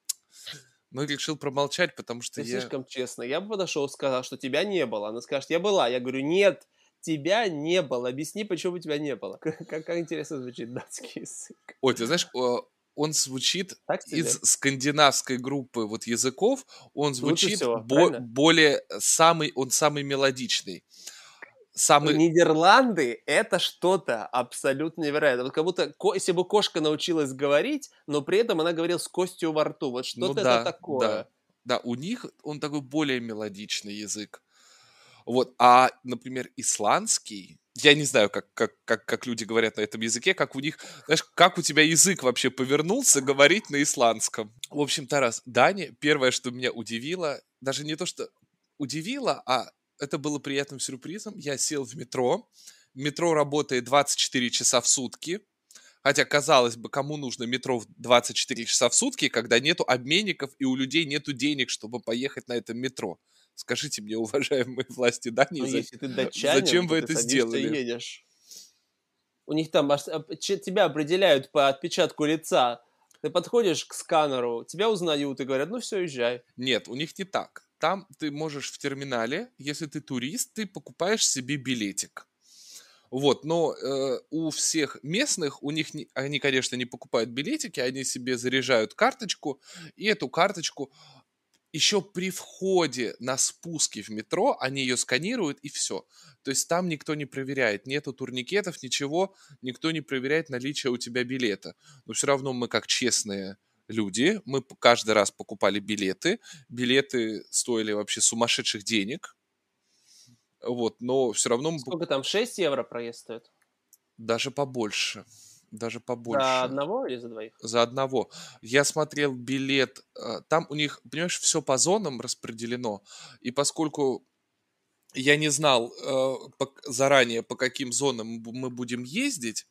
но решил промолчать, потому что ты я... слишком честный. Я бы подошел, сказал, что тебя не было. Она скажет: я была. Я говорю: нет, тебя не было. Объясни, почему тебя не было. Как, как интересно звучит датский язык. Ой, ты знаешь, э, он звучит Так из себе? скандинавской группы вот языков, он Лучше звучит всего, бо- правильно? более самый, он самый мелодичный. Самый, Нидерланды — это что-то абсолютно невероятное. Вот как будто, ко если бы кошка научилась говорить, но при этом она говорила с костью во рту. Вот ну что-то это да, да, такое. да, у них он такой более мелодичный язык. Вот, а, например, исландский, я не знаю, как, как, как, как люди говорят на этом языке, как у них, знаешь, как у тебя язык вообще повернулся говорить на исландском. В общем, Тарас, Дани, первое, что меня удивило, даже не то, что удивило, а это было приятным сюрпризом. Я сел в метро, метро работает двадцать четыре часа в сутки, хотя, казалось бы, кому нужно метро в двадцать четыре часа в сутки, когда нету обменников и у людей нету денег, чтобы поехать на этом метро. Скажите мне, уважаемые власти Дании, Но за- если ты датчанин, зачем то вы ты это садишься и сделали? едешь. У них там аж ап че тебя определяют по отпечатку лица. Ты подходишь к сканеру, тебя узнают и говорят: ну все, езжай. Нет, у них не так. Там ты можешь в терминале, если ты турист, ты покупаешь себе билетик. Вот, но э, у всех местных, у них, не- они, конечно, не покупают билетики, они себе заряжают карточку, и эту карточку еще при входе на спуске в метро они ее сканируют, и все. То есть там никто не проверяет, нету турникетов, ничего, никто не проверяет наличие у тебя билета. Но все равно мы, как честные люди, мы п- каждый раз покупали билеты, билеты стоили вообще сумасшедших денег, вот, но все равно мы пок- Сколько там, шесть евро проезд стоит? даже побольше, даже За побольше. одного или за двоих? За одного. Я смотрел билет, э, там у них, понимаешь, все по зонам распределено, и поскольку я не знал э, пок- заранее, по каким зонам мы бу- мы будем ездить,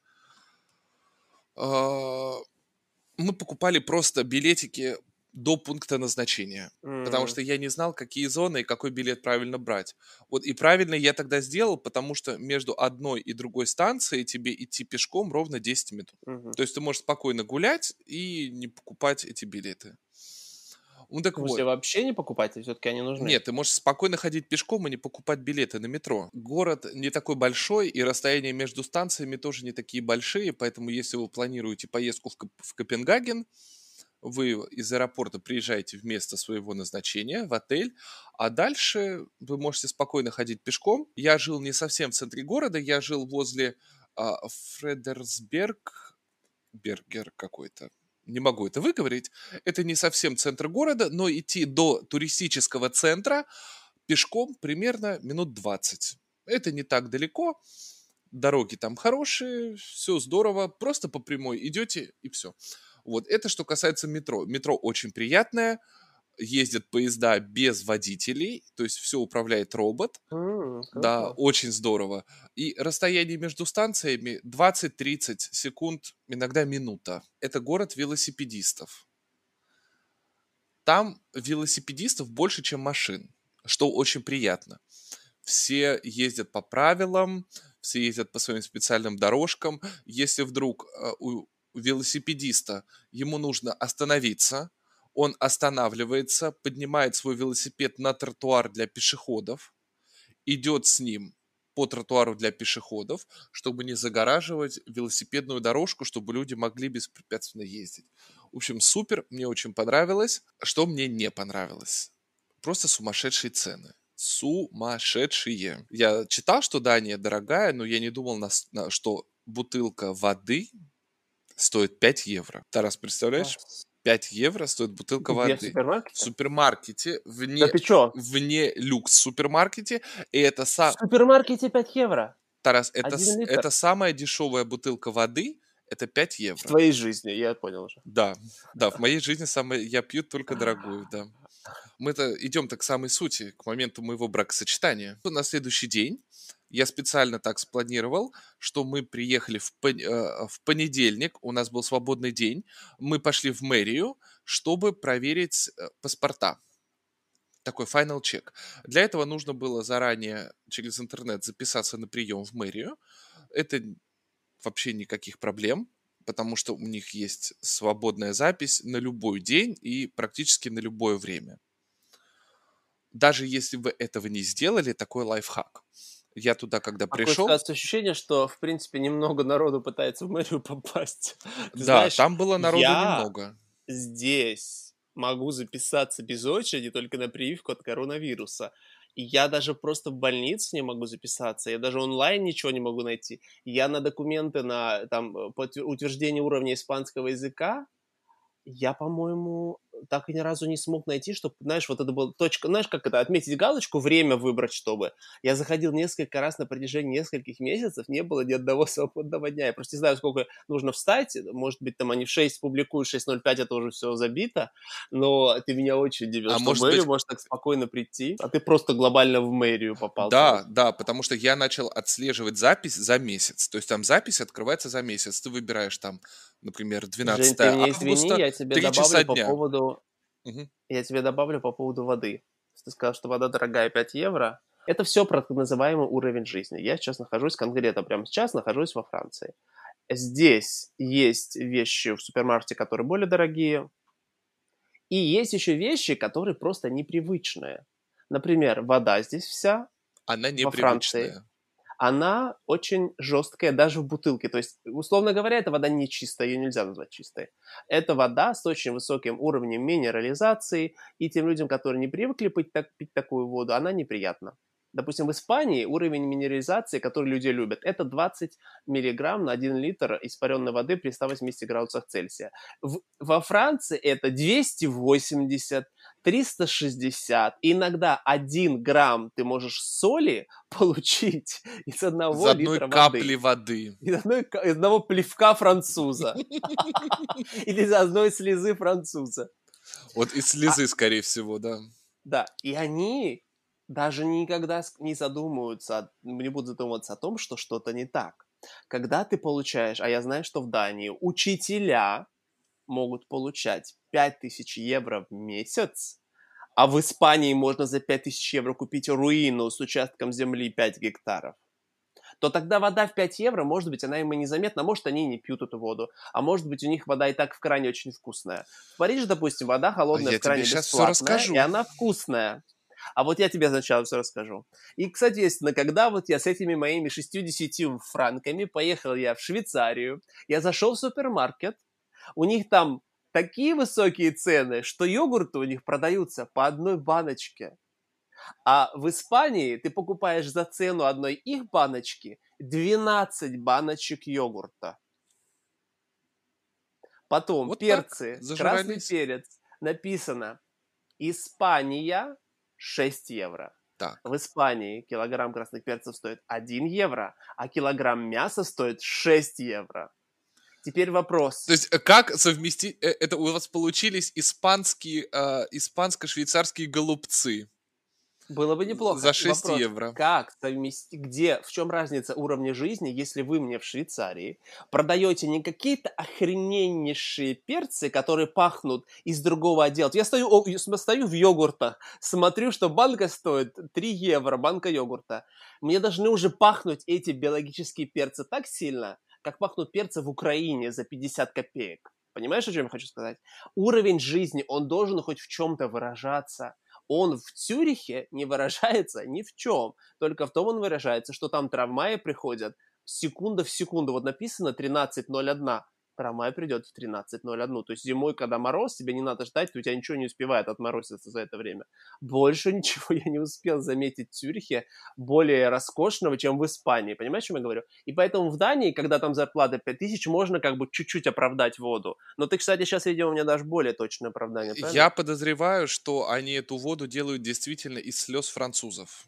э, мы покупали просто билетики до пункта назначения. Потому М. что я не знал, какие зоны и какой билет правильно брать. Вот и правильно я тогда сделал, потому что между одной и другой станцией тебе идти пешком ровно десять минут. Мгм. То есть ты можешь спокойно гулять и не покупать эти билеты. Ну В так смысле, вот, вообще не покупать, все таки они нужны? нет, ты можешь спокойно ходить пешком и не покупать билеты на метро. Город не такой большой, и расстояния между станциями тоже не такие большие, поэтому если вы планируете поездку в, Коп- в Копенгаген, вы из аэропорта приезжаете в место своего назначения, в отель, а дальше вы можете спокойно ходить пешком. Я жил не совсем в центре города, я жил возле а, Фредерсберг, Бергер какой-то. Не могу это выговорить. Это не совсем центр города, но идти до туристического центра пешком примерно минут двадцать. Это не так далеко. Дороги там хорошие, все здорово. Просто по прямой идете и все. Вот это что касается метро. Метро очень приятное. ездят поезда без водителей, то есть все управляет робот. М, Да, круто. очень здорово. И расстояние между станциями двадцать-тридцать секунд, иногда минута. Это город велосипедистов. Там велосипедистов больше, чем машин, что очень приятно. Все ездят по правилам, все ездят по своим специальным дорожкам. Если вдруг э, у велосипедиста ему нужно остановиться, он останавливается, поднимает свой велосипед на тротуар для пешеходов, идет с ним по тротуару для пешеходов, чтобы не загораживать велосипедную дорожку, чтобы люди могли беспрепятственно ездить. В общем, супер, мне очень понравилось. Что мне не понравилось? Просто сумасшедшие цены. Сумасшедшие. Я читал, что Дания дорогая, но я не думал, на, на- что бутылка воды стоит пять евро. Тарас, представляешь? Класс. пять евро стоит бутылка Где, в воды. В супермаркете? супермаркете, Да вне, ты чё? вне люкс супермаркете. И это, В са... супермаркете пять евро? Тарас, это, Один с- литр? это самая дешевая бутылка воды, это пять В евро. твоей жизни, я понял уже. Да, да, в моей жизни самая... я пью только дорогую, да. Мы-то идем-то к самой сути, к моменту моего бракосочетания. На следующий день я специально так спланировал, что мы приехали в, пон- э, в понедельник, у нас был свободный день, мы пошли в мэрию, чтобы проверить э, паспорта. Такой final check. Для этого нужно было заранее через интернет записаться на прием в мэрию. Это вообще никаких проблем, потому что у них есть свободная запись на любой день и практически на любое время. Даже если вы этого не сделали, такой лайфхак. Я туда, когда Такое пришел, складывается ощущение, что, в принципе, немного народу пытается в мэрию попасть. Ты да, знаешь, там было народу я немного. здесь могу записаться без очереди только на прививку от коронавируса. И я даже просто в больницу не могу записаться, я даже онлайн ничего не могу найти. Я на документы на там, э, подтвер- утверждение уровня испанского языка я, по-моему, так и ни разу не смог найти, чтобы, знаешь, вот это была точка, знаешь, как это, отметить галочку, время выбрать, чтобы. Я заходил несколько раз на протяжении нескольких месяцев, не было ни одного свободного дня. Я просто не знаю, сколько нужно встать, может быть, там они в шесть публикуют, шесть ноль пять это уже все забито, но ты меня очень удивил, А что в может мэрию быть, можешь так спокойно прийти, а ты просто глобально в мэрию попал да, сразу. да, потому что я начал отслеживать запись за месяц. То есть там запись открывается за месяц. Ты выбираешь там, например, Жень, ты двенадцатое мне извини, августа, я тебе три добавлю часа по дня. поводу Мгм. Я тебе добавлю по поводу воды. Ты сказал, что вода дорогая пять евро. Это все про так называемый уровень жизни. Я сейчас нахожусь конкретно, прямо сейчас нахожусь во Франции. Здесь есть вещи в супермаркете, которые более дорогие, и есть еще вещи, которые просто непривычные. Например, вода здесь вся Она во Франции, непривычная. она очень жесткая даже в бутылке. То есть, условно говоря, эта вода не чистая, ее нельзя назвать чистой. Это вода с очень высоким уровнем минерализации, и тем людям, которые не привыкли пить, так, пить такую воду, она неприятна. Допустим, в Испании уровень минерализации, который люди любят, это двадцать миллиграмм на один литр испаренной воды при ста восьмидесяти градусах Цельсия. В, во Франции это двести восемьдесят, триста шестьдесят, иногда один грамм ты можешь соли получить из Из одного одной литра капли воды, воды. из, одной, из одного плевка француза или из одной слезы француза. Вот из А, слезы, скорее всего, да. да, и они даже никогда не задумываются, не будут задумываться о том, что что-то не так. Когда ты получаешь, а я знаю, что в Дании учителя могут получать пять тысяч евро в месяц, а в Испании можно за пять тысяч евро купить руину с участком земли пять гектаров, то тогда вода в пять евро, может быть, она им и незаметна, а может, они не пьют эту воду, а может быть, у них вода и так в кране очень вкусная. В Париже, допустим, вода А холодная я в тебе кране сейчас все бесплатная, и расскажу. она вкусная. А вот я тебе сначала все расскажу. И, кстати, естественно, когда вот я с этими моими шестьюдесятью франками поехал я в Швейцарию, я зашел в супермаркет, у них там такие высокие цены, что йогурты у них продаются по одной баночке. А в Испании ты покупаешь за цену одной их баночки двенадцать баночек йогурта. Потом Вот так, перцы, красный зажрались. перец. Написано Испания шесть евро. Так. В Испании килограмм красных перцев стоит один евро, а килограмм мяса стоит шесть евро. Теперь вопрос. То есть э, как совместить... э, Это у вас получились испанские, э, испанско-швейцарские голубцы Было бы з- неплохо. за шесть Вопрос. евро. Как совместить, где, в чем разница уровня жизни, если вы мне в Швейцарии продаете не какие-то охрененнейшие перцы, которые пахнут из другого отдела. Я стою, о, я см- стою в йогуртах, смотрю, что банка стоит три евро, банка йогурта. Мне должны уже пахнуть эти биологические перцы так сильно, как пахнут перцы в Украине за пятьдесят копеек. Понимаешь, о чем я хочу сказать? Уровень жизни, он должен хоть в чем-то выражаться. Он в Цюрихе не выражается ни в чем. Только в том он выражается, что там трамваи приходят секунда в секунду. Вот написано тринадцать ноль один. Трамвай придет в тринадцать ноль один. То есть зимой, когда мороз, тебе не надо ждать, у тебя ничего не успевает отморозиться за это время. Больше ничего я не успел заметить в Цюрихе более роскошного, чем в Испании. Понимаешь, о чем я говорю? И поэтому в Дании, когда там зарплата пять тысяч, можно как бы чуть-чуть оправдать воду. Но ты, кстати, сейчас, видимо, у меня дашь более точное оправдание, Я правильно? подозреваю, что они эту воду делают действительно из слез французов.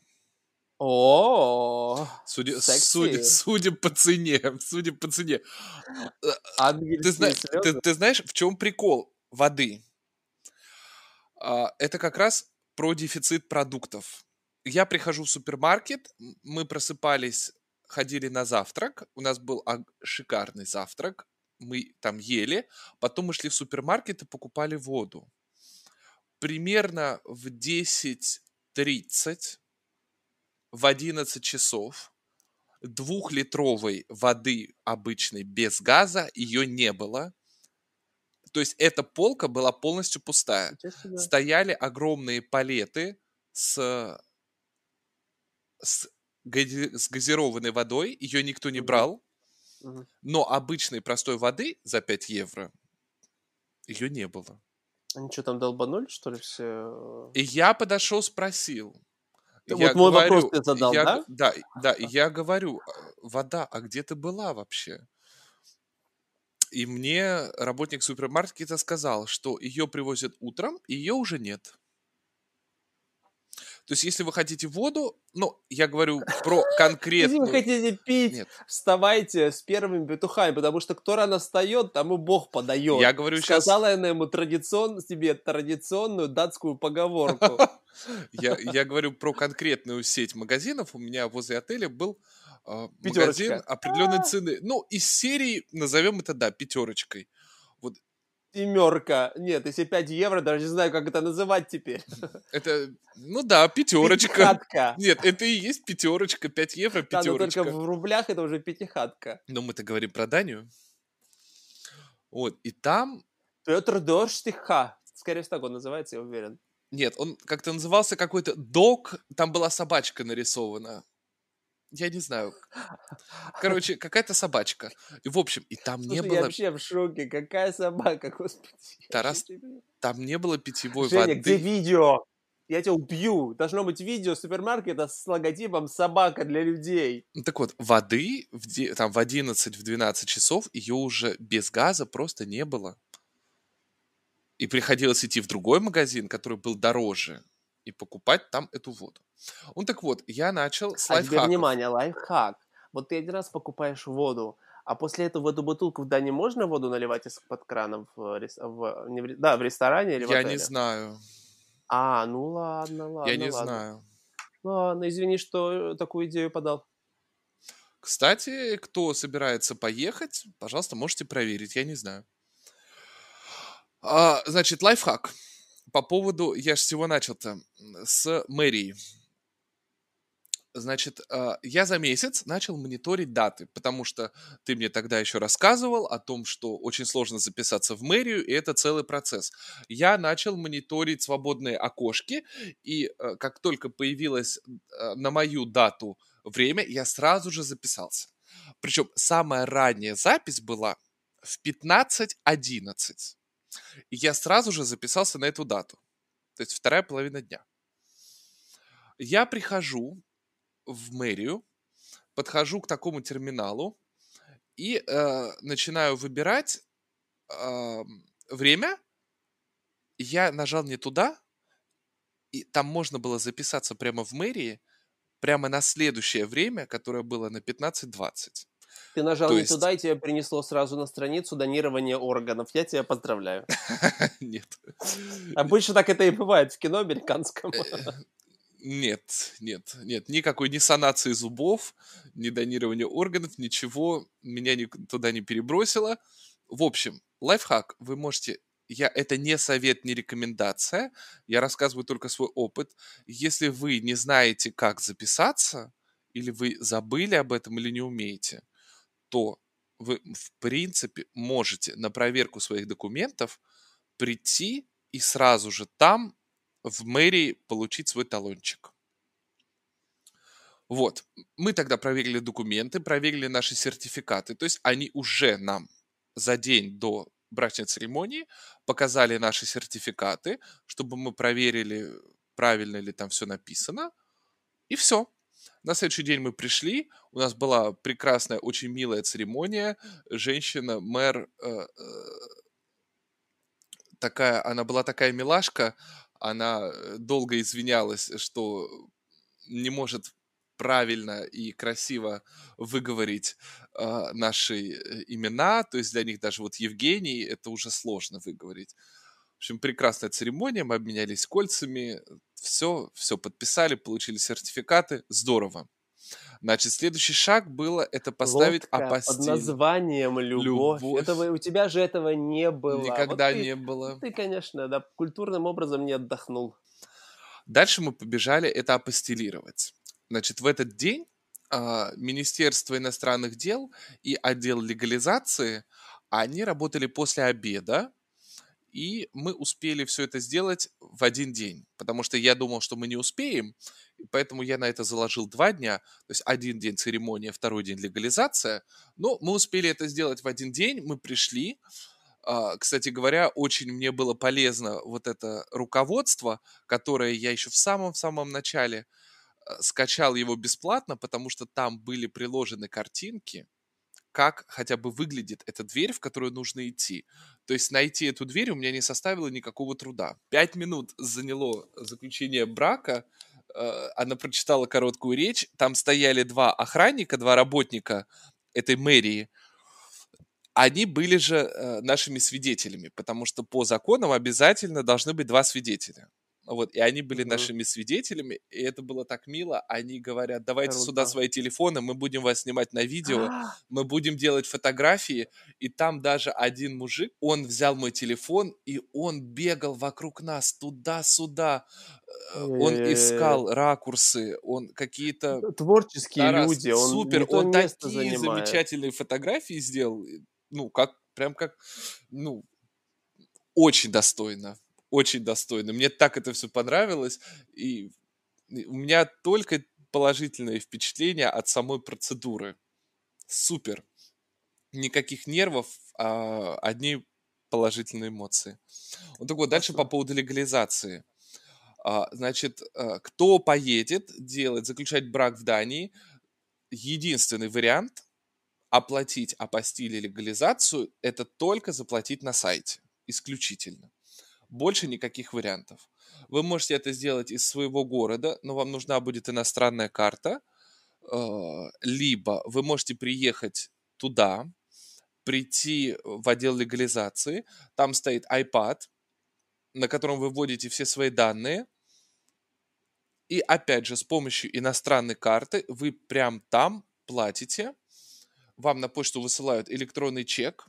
О, Судя, судя, секси. судя по цене, судя по цене. Э, Ты, зна- Ангельские ты, слезы. ты знаешь, в чем прикол воды? А, Это как раз про дефицит продуктов. Я прихожу в супермаркет, м, мы просыпались, ходили на завтрак, у нас был ог- шикарный завтрак, мы там ели, потом мы шли в супермаркет и покупали воду. Примерно в десять тридцать, в одиннадцать часов двухлитровой воды обычной без газа ее не было. То есть эта полка была полностью пустая. Ничего себе. Стояли огромные палеты с, с, гази- с газированной водой, ее никто не Мгм, брал, мгм. но обычной простой воды за пять евро ее не было. Они что, там долбанули, что ли, все? И я подошел, спросил. Я Вот мой вопрос говорю, ты задал, я, г- да? да, да, и я говорю, «А, вода, а где ты была вообще? И мне работник супермаркета сказал, что ее привозят утром, и ее уже нет. То есть, если вы хотите воду, ну, я говорю про Если вы конкретную... хотите пить, Нет, вставайте с первыми петухами, потому что кто рано встает, тому Бог подает. я говорю сейчас... Сказала она ему традицион, себе традиционную датскую поговорку. Я, я говорю про конкретную сеть магазинов. У меня возле отеля был а, магазин Пятерочка. определенной цены. Ну, из серии, назовем это, да, пятерочкой. Вот Семерка. Нет, если пять евро, даже не знаю, как это называть теперь. это, ну да, пятерочка. Пятихатка. Нет, это и есть пятерочка, пять евро Да, но только пятерочка. в рублях это уже пятихатка. Но мы-то говорим про Данию. Вот, и там... Петр Дорштиха. Скорее всего, так он называется, я уверен. Нет, он как-то назывался какой-то Дог, там была собачка нарисована. Я не знаю. Короче, какая-то собачка. И, в общем, и там не Слушай, я было... вообще в шоке. Какая собака, господи. Я вообще Тарас, не понимаю. там не было питьевой Женя, где воды. видео? Я тебя убью. Должно быть видео супермаркета с логотипом «Собака для людей». Ну, так вот, воды в, де- там, в одиннадцать-двенадцать часов ее уже без газа просто не было. И приходилось идти в другой магазин, который был дороже, и покупать там эту воду. Ну так вот, я начал с А теперь лайфхаков. внимание, лайфхак. Вот ты один раз покупаешь воду, а после этого в эту бутылку в Дании можно воду наливать из-под крана в, рес- в- не в ре- да, в ресторане или в Я не отеле? знаю. А, ну ладно, Я ладно, не ладно. знаю. Ладно, извини, что э, такую идею подал. Кстати, кто собирается поехать, пожалуйста, можете проверить, я не знаю. А, значит, лайфхак. По поводу, я же с чего начал-то, с мэрии. Значит, а, я за месяц начал мониторить даты, потому что ты мне тогда еще рассказывал о том, что очень сложно записаться в мэрию, и это целый процесс. Я начал мониторить свободные окошки, и э, как только появилось э, на мою дату время, я сразу же записался. Причем самая ранняя запись была в пятнадцать одиннадцать. И я сразу же записался на эту дату. То есть вторая половина дня. Я прихожу в мэрию, подхожу к такому терминалу и э, начинаю выбирать э, время. Я нажал не туда, и там можно было записаться прямо в мэрии, прямо на следующее время, которое было на пятнадцать двадцать. Ты нажал То не есть... туда, и тебя принесло сразу на страницу донирования органов. Я тебя поздравляю. Нет. Обычно так это и бывает в кино американском. Нет, нет, нет. Никакой ни санации зубов, ни донирования органов, ничего меня ни- туда не перебросило. В общем, лайфхак. Вы можете... Я, это не совет, не рекомендация. Я рассказываю только свой опыт. Если вы не знаете, как записаться, или вы забыли об этом, или не умеете, то вы, в принципе, можете на проверку своих документов прийти и сразу же там, в мэрии, получить свой талончик. Вот. Мы тогда проверили документы, проверили наши сертификаты. То есть они уже нам за день до брачной церемонии показали наши сертификаты, чтобы мы проверили, правильно ли там все написано. И все. На следующий день мы пришли, у нас была прекрасная, очень милая церемония. Женщина, мэр, э, э, такая, она была такая милашка, она э, долго извинялась, что не может правильно и красиво выговорить э, наши э, имена, то есть для них даже вот Евгений это уже сложно выговорить. В общем, прекрасная церемония, мы обменялись кольцами, все, все подписали, получили сертификаты, здорово. Значит, следующий шаг было это поставить Лодка под апостиль. названием «Любовь». Любовь Этого, у тебя же этого не было. Вот никогда ты, не вот было. ты, конечно, да, культурным образом не отдохнул. Дальше мы побежали это апостилировать. Значит, в этот день а, Министерство иностранных дел и отдел легализации, они работали после обеда, и мы успели все это сделать в один день, потому что я думал, что мы не успеем, и поэтому я на это заложил два дня, то есть один день церемония, второй день легализация, но мы успели это сделать в один день, мы пришли. А, Кстати говоря, очень мне было полезно вот это руководство, которое я еще в самом-самом начале э, скачал его бесплатно, потому что там были приложены картинки, как хотя бы выглядит эта дверь, в которую нужно идти. То есть найти эту дверь у меня не составило никакого труда. Пять минут заняло заключение брака, э, она прочитала короткую речь, там стояли два охранника, два работника этой мэрии, они были же э, нашими свидетелями, потому что по законам обязательно должны быть два свидетеля. Вот, и они были Мгм. нашими свидетелями, и это было так мило. Они говорят, давайте сюда Круто. свои телефоны, мы будем вас снимать на видео, А, мы будем делать фотографии. И там даже один мужик, он взял мой телефон, и он бегал вокруг нас туда-сюда. Э, Он ой-ой-ой. искал ракурсы, он какие-то... Творческие Тарас, люди, он супер, не то он место такие занимает. замечательные фотографии сделал, ну, как, прям как, ну, очень достойно, очень достойно. Мне так это все понравилось, и и у меня только положительные впечатления от самой процедуры. Супер. Никаких нервов, а одни положительные эмоции. Вот так вот, дальше по Классно. поводу легализации. А, Значит, а, кто поедет делать, заключать брак в Дании, единственный вариант оплатить апостиль и легализацию — это только заплатить на сайте. Исключительно. Больше никаких вариантов. Вы можете это сделать из своего города, но вам нужна будет иностранная карта. э, Либо вы можете приехать туда, прийти в отдел легализации. Там стоит iPad, на котором вы вводите все свои данные. И опять же, с помощью иностранной карты вы прям там платите. Вам на почту высылают электронный чек.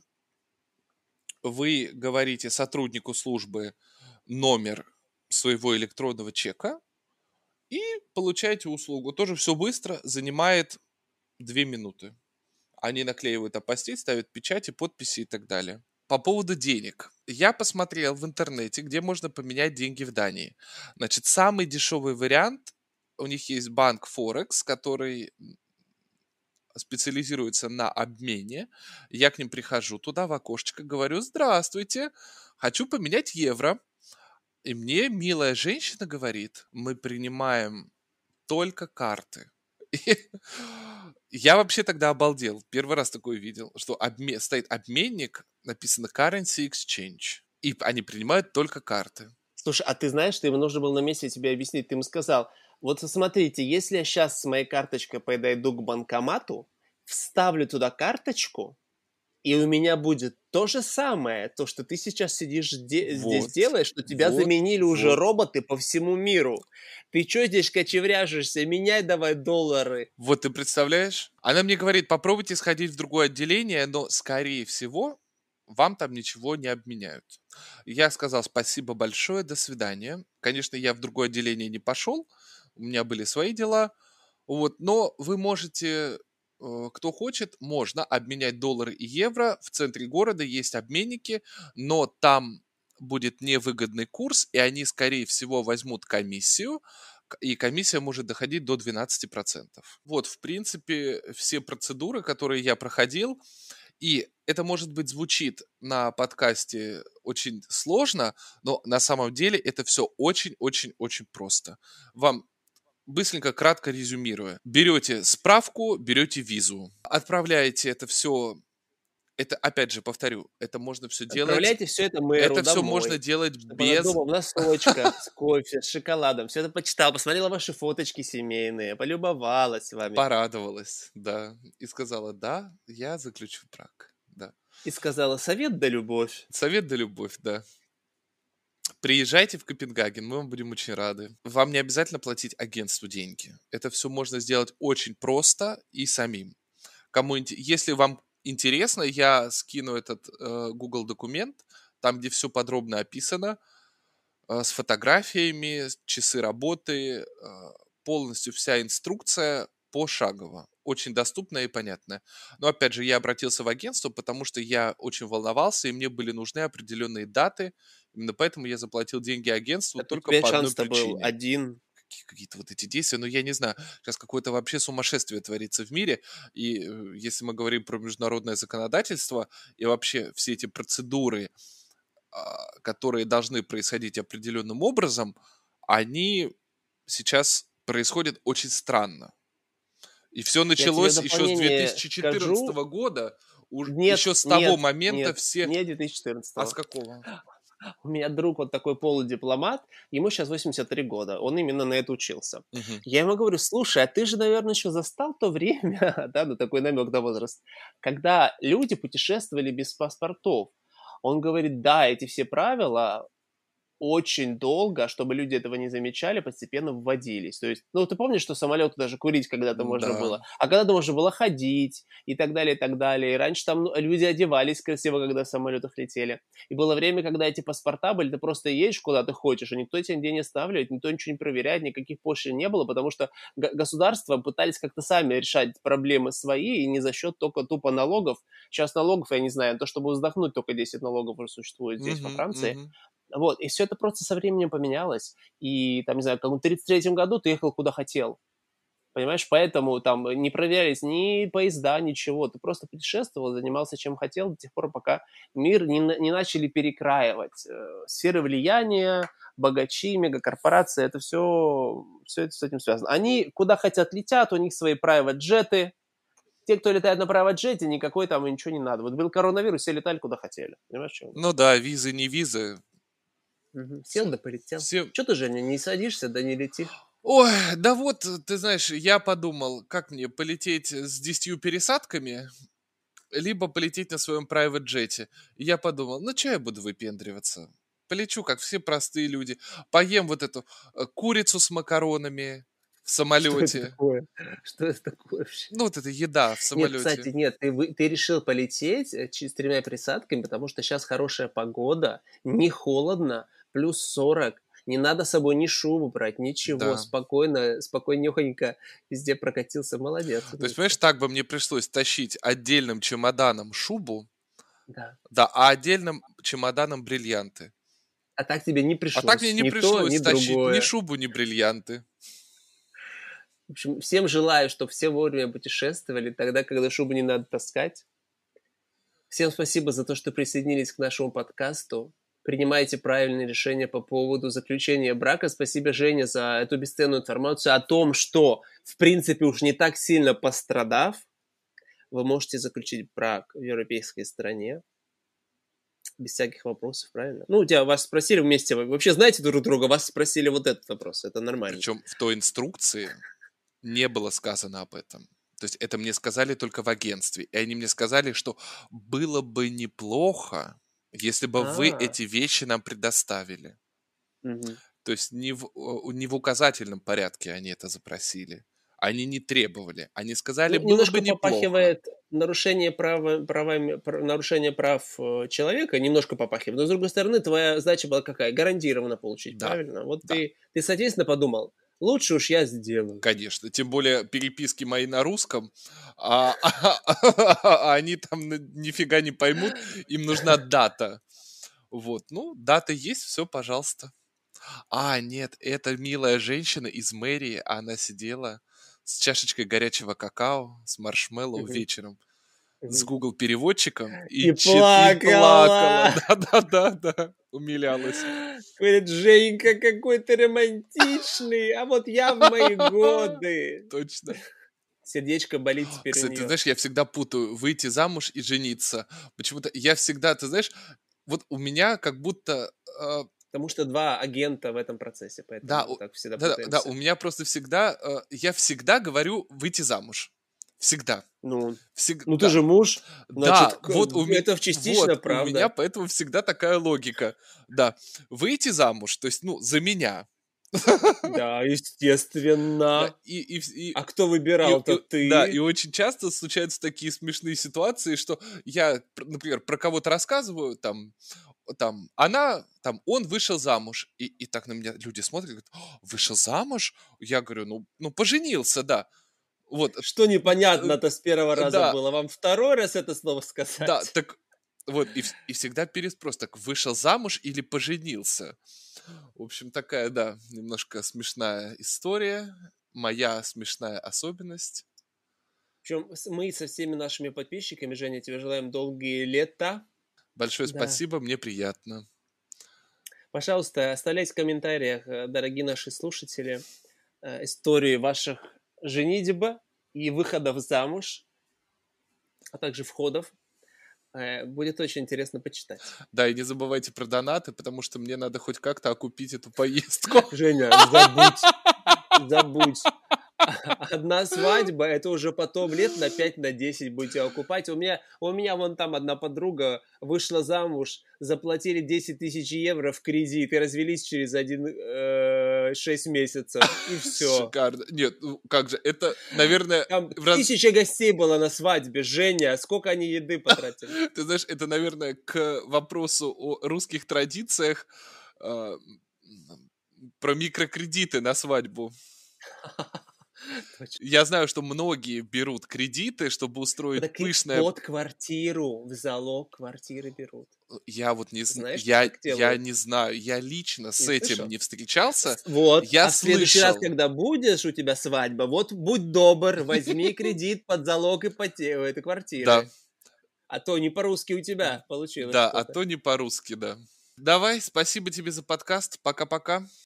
Вы говорите сотруднику службы номер своего электронного чека и получаете услугу. Тоже все быстро, занимает две минуты. Они наклеивают апостиль, ставят печати, подписи и так далее. По поводу денег. Я посмотрел в интернете, где можно поменять деньги в Дании. Значит, самый дешевый вариант, у них есть банк Форекс, который специализируется на обмене. Я к ним прихожу туда в окошечко, говорю: здравствуйте, хочу поменять евро. И мне милая женщина говорит: мы принимаем только карты. И я вообще тогда обалдел. Первый раз такое видел, что обме- стоит обменник, написано currency exchange. И они принимают только карты. Слушай, а ты знаешь, что ему нужно было на месте тебе объяснить. Ты ему сказал, вот смотрите, если я сейчас с моей карточкой подойду к банкомату, вставлю туда карточку, и у меня будет то же самое, то, что ты сейчас сидишь де- здесь Вот, делаешь, что тебя вот, заменили уже вот. роботы по всему миру. Ты что здесь кочевряжешься? Меняй давай доллары. Вот ты представляешь? Она мне говорит, попробуйте сходить в другое отделение, но, скорее всего, вам там ничего не обменяют. Я сказал спасибо большое, до свидания. Конечно, я в другое отделение не пошел, у меня были свои дела. Вот, но вы можете, э, кто хочет, можно обменять доллары и евро. В центре города есть обменники, но там будет невыгодный курс, и они, скорее всего, возьмут комиссию, к- и комиссия может доходить до двенадцати процентов. Вот, в принципе, все процедуры, которые я проходил, и это, может быть, звучит на подкасте очень сложно, но на самом деле это все очень-очень-очень просто. Вам быстренько, кратко резюмируя. Берете справку, берете визу. Отправляете это все. Это, опять же, повторю, это можно все делать. Отправляйте все это мэру Это все можно домой, делать чтобы она без... дома в носочках, с кофе, с шоколадом, все это почитала, посмотрела ваши фоточки семейные, полюбовалась вами Порадовалась, да. И сказала, да, я заключу брак. Да. и сказала совет да любовь. Совет да любовь, да. Приезжайте в Копенгаген, мы вам будем очень рады. Вам не обязательно платить агентству деньги. Это все можно сделать очень просто и самим. Кому, инте- если вам интересно, я скину этот э, Google документ, там, где все подробно описано, э, с фотографиями, с- часы работы, э, полностью вся инструкция пошагово. Очень доступная и понятная. Но опять же, я обратился в агентство, потому что я очень волновался, и мне были нужны определенные даты. Именно поэтому я заплатил деньги агентству Это у только тебя по одной шанс-то был причине. один. Какие- Какие-то вот эти действия, но я не знаю, сейчас какое-то вообще сумасшествие творится в мире, и э, если мы говорим про международное законодательство и вообще все эти процедуры, а, которые должны происходить определенным образом, они сейчас происходят очень странно. И все Я тебе в началось еще с дополнение скажу. две тысячи четырнадцатого года, уж еще Нет, с того нет, момента нет, все... не А с две тысячи четырнадцатого. какого? У меня друг вот такой полудипломат, ему сейчас восемьдесят три года, он именно на это учился. Мгм. Я ему говорю, слушай, а ты же, наверное, еще застал то время, да, ну такой намек на возраст, когда люди путешествовали без паспортов. Он говорит, да, эти все правила очень долго, чтобы люди этого не замечали, постепенно вводились. То есть, ну, ты помнишь, что самолету даже курить когда-то можно Да. было, а когда-то можно было ходить и так далее, и так далее. И раньше там ну, люди одевались красиво, когда в самолетах летели. И было время, когда эти паспорта были, ты просто едешь куда ты хочешь, и никто тебя нигде не останавливает, никто ничего не проверяет, никаких пошлин не было, потому что г- государства пытались как-то сами решать проблемы свои, и не за счет только тупо налогов. Сейчас налогов, я не знаю, то, чтобы вздохнуть, только десять налогов уже существует здесь, во Мгм, Франции. мгм. Вот, и все это просто со временем поменялось. И, там, не знаю, как в тридцать третьем году ты ехал куда хотел. Понимаешь, поэтому там не проверялись ни поезда, ничего. Ты просто путешествовал, занимался чем хотел до тех пор, пока мир не, на- не начали перекраивать. Э, Сферы влияния, богачи, мегакорпорации, это все, все это с этим связано. Они куда хотят летят, у них свои private джеты. Те, кто летает на private джете, никакой там ничего не надо. Вот был коронавирус, все летали куда хотели. Понимаешь, в чем дело? Ну да, визы, не визы. Мгм. Сел Все, да полетел. все... Че ты, Женя, не садишься, да не летишь? Ой, да вот, ты знаешь, я подумал, как мне полететь с десятью пересадками, либо полететь на своем private джете. И я подумал, ну что я буду выпендриваться? Полечу, как все простые люди. Поем вот эту э, курицу с макаронами в Что это самолете. такое? Что это такое вообще? Ну, вот это еда в Нет, самолете. кстати, нет, ты, вы- ты решил полететь э, чи- с тремя присадками, потому что сейчас хорошая погода, не холодно, плюс сорок. Не надо с собой ни шубу брать, ничего. Да. Спокойно, спокойнёхонько везде прокатился. Молодец, То есть, понимаешь, умница. так бы мне пришлось тащить отдельным чемоданом шубу, Да. да, а отдельным чемоданом бриллианты. А так тебе не А так мне пришлось. не Ни то, ни пришлось тащить ни другое. шубу, ни бриллианты. В общем, всем желаю, чтобы все вовремя путешествовали, тогда, когда шубу не надо таскать. Всем спасибо за то, что присоединились к нашему подкасту. Принимайте правильные решения по поводу заключения брака. Спасибо, Женя, за эту бесценную информацию о том, что, в принципе, уж не так сильно пострадав, вы можете заключить брак в европейской стране без всяких вопросов, правильно? Ну, у тебя вас спросили вместе, вы вообще знаете друг друга, вас спросили вот этот вопрос, это нормально. Причем в той инструкции не было сказано об этом. То есть это мне сказали только в агентстве. И они мне сказали, что было бы неплохо, если бы вы А, эти вещи нам предоставили. мгм. То есть не в, о, не в указательном порядке они это запросили. Они не требовали. Они сказали, Ну, было бы немножко неплохо. попахивает нарушение права, правами, пр- нарушение прав э, человека, немножко попахивает. Но, с другой стороны, твоя задача была какая? Гарантированно получить, Да, правильно? Вот да, ты, ты, соответственно, подумал, лучше уж я сделаю. конечно. Тем более переписки мои на русском, а, а они там на- нифига не поймут, им нужна дата. Вот, ну, дата есть, все, пожалуйста. А, нет, это милая женщина из мэрии, она сидела с чашечкой горячего какао, с маршмеллоу Мгм, вечером, с мгм. Google переводчиком И и, чит- и плакала. плакала. Да-да-да-да, умилялась. Говорит, Женька какой ты романтичный, а вот я в мои годы. Точно. Сердечко болит теперь у Кстати, ты нее. знаешь, я всегда путаю выйти замуж и жениться. Почему-то я всегда, ты знаешь, вот у меня как будто, э, Потому что два агента в этом процессе, да, поэтому у- так всегда да, да, у путаемся. меня просто всегда, э, я всегда говорю выйти замуж. Всегда. Ну, ну ты Всегда. же муж, значит, Да, к- вот у меня, это частично вот у меня правда. поэтому всегда такая логика. Да, выйти замуж, то есть, ну, за меня. Да, Да, естественно. и, и, вс- и, А кто и, выбирал-то? и- да, и Ты? очень часто случаются такие смешные ситуации, что я, пр- например, про кого-то рассказываю, там, там, она, там, он вышел замуж, и, и так на меня люди смотрят, говорят, «О, вышел замуж? Я говорю, ну, ну, поженился, да. Вот, Что э, непонятно-то с первого раза да, было? Вам второй раз это слово да, сказать? так вот, и, вс- и всегда переспрос, так вышел замуж или поженился? В общем, такая, да, немножко смешная история, моя смешная особенность. Причем мы со всеми нашими подписчиками, Женя, тебе желаем долгие лета. Большое Да. спасибо, мне приятно. Пожалуйста, оставляйте в комментариях, э, дорогие наши слушатели, э, истории ваших женитьб и выходов замуж, а также входов. Э, Будет очень интересно почитать. Да, и не забывайте про донаты, потому что мне надо хоть как-то окупить эту поездку. Женя, забудь, забудь. Одна свадьба, это уже потом лет на пять на десять будете окупать. У меня, у меня вон там одна подруга вышла замуж, заплатили десять тысяч евро в кредит и развелись через один, э, шесть месяцев. И все. Шикарно. Нет, ну как же, это, наверное, Там в раз... тысяча гостей было на свадьбе. Женя, сколько они еды потратили? Ты знаешь, это, наверное, к вопросу о русских традициях а, м, про микрокредиты на свадьбу. Точно. Я знаю, что многие берут кредиты, чтобы устроить Так и пышное. под квартиру, в залог квартиры берут. Я вот не знаю, Знаешь, что я, так я делают? не знаю, я лично с Не этим слышал? не встречался, Вот, я а в следующий раз, слышал. когда будешь у тебя свадьба, вот будь добр, возьми кредит под залог ипоте- этой Да, квартиры. А то не по-русски у тебя получилось да, а что-то. то не по-русски, да. Давай, спасибо тебе за подкаст, пока-пока.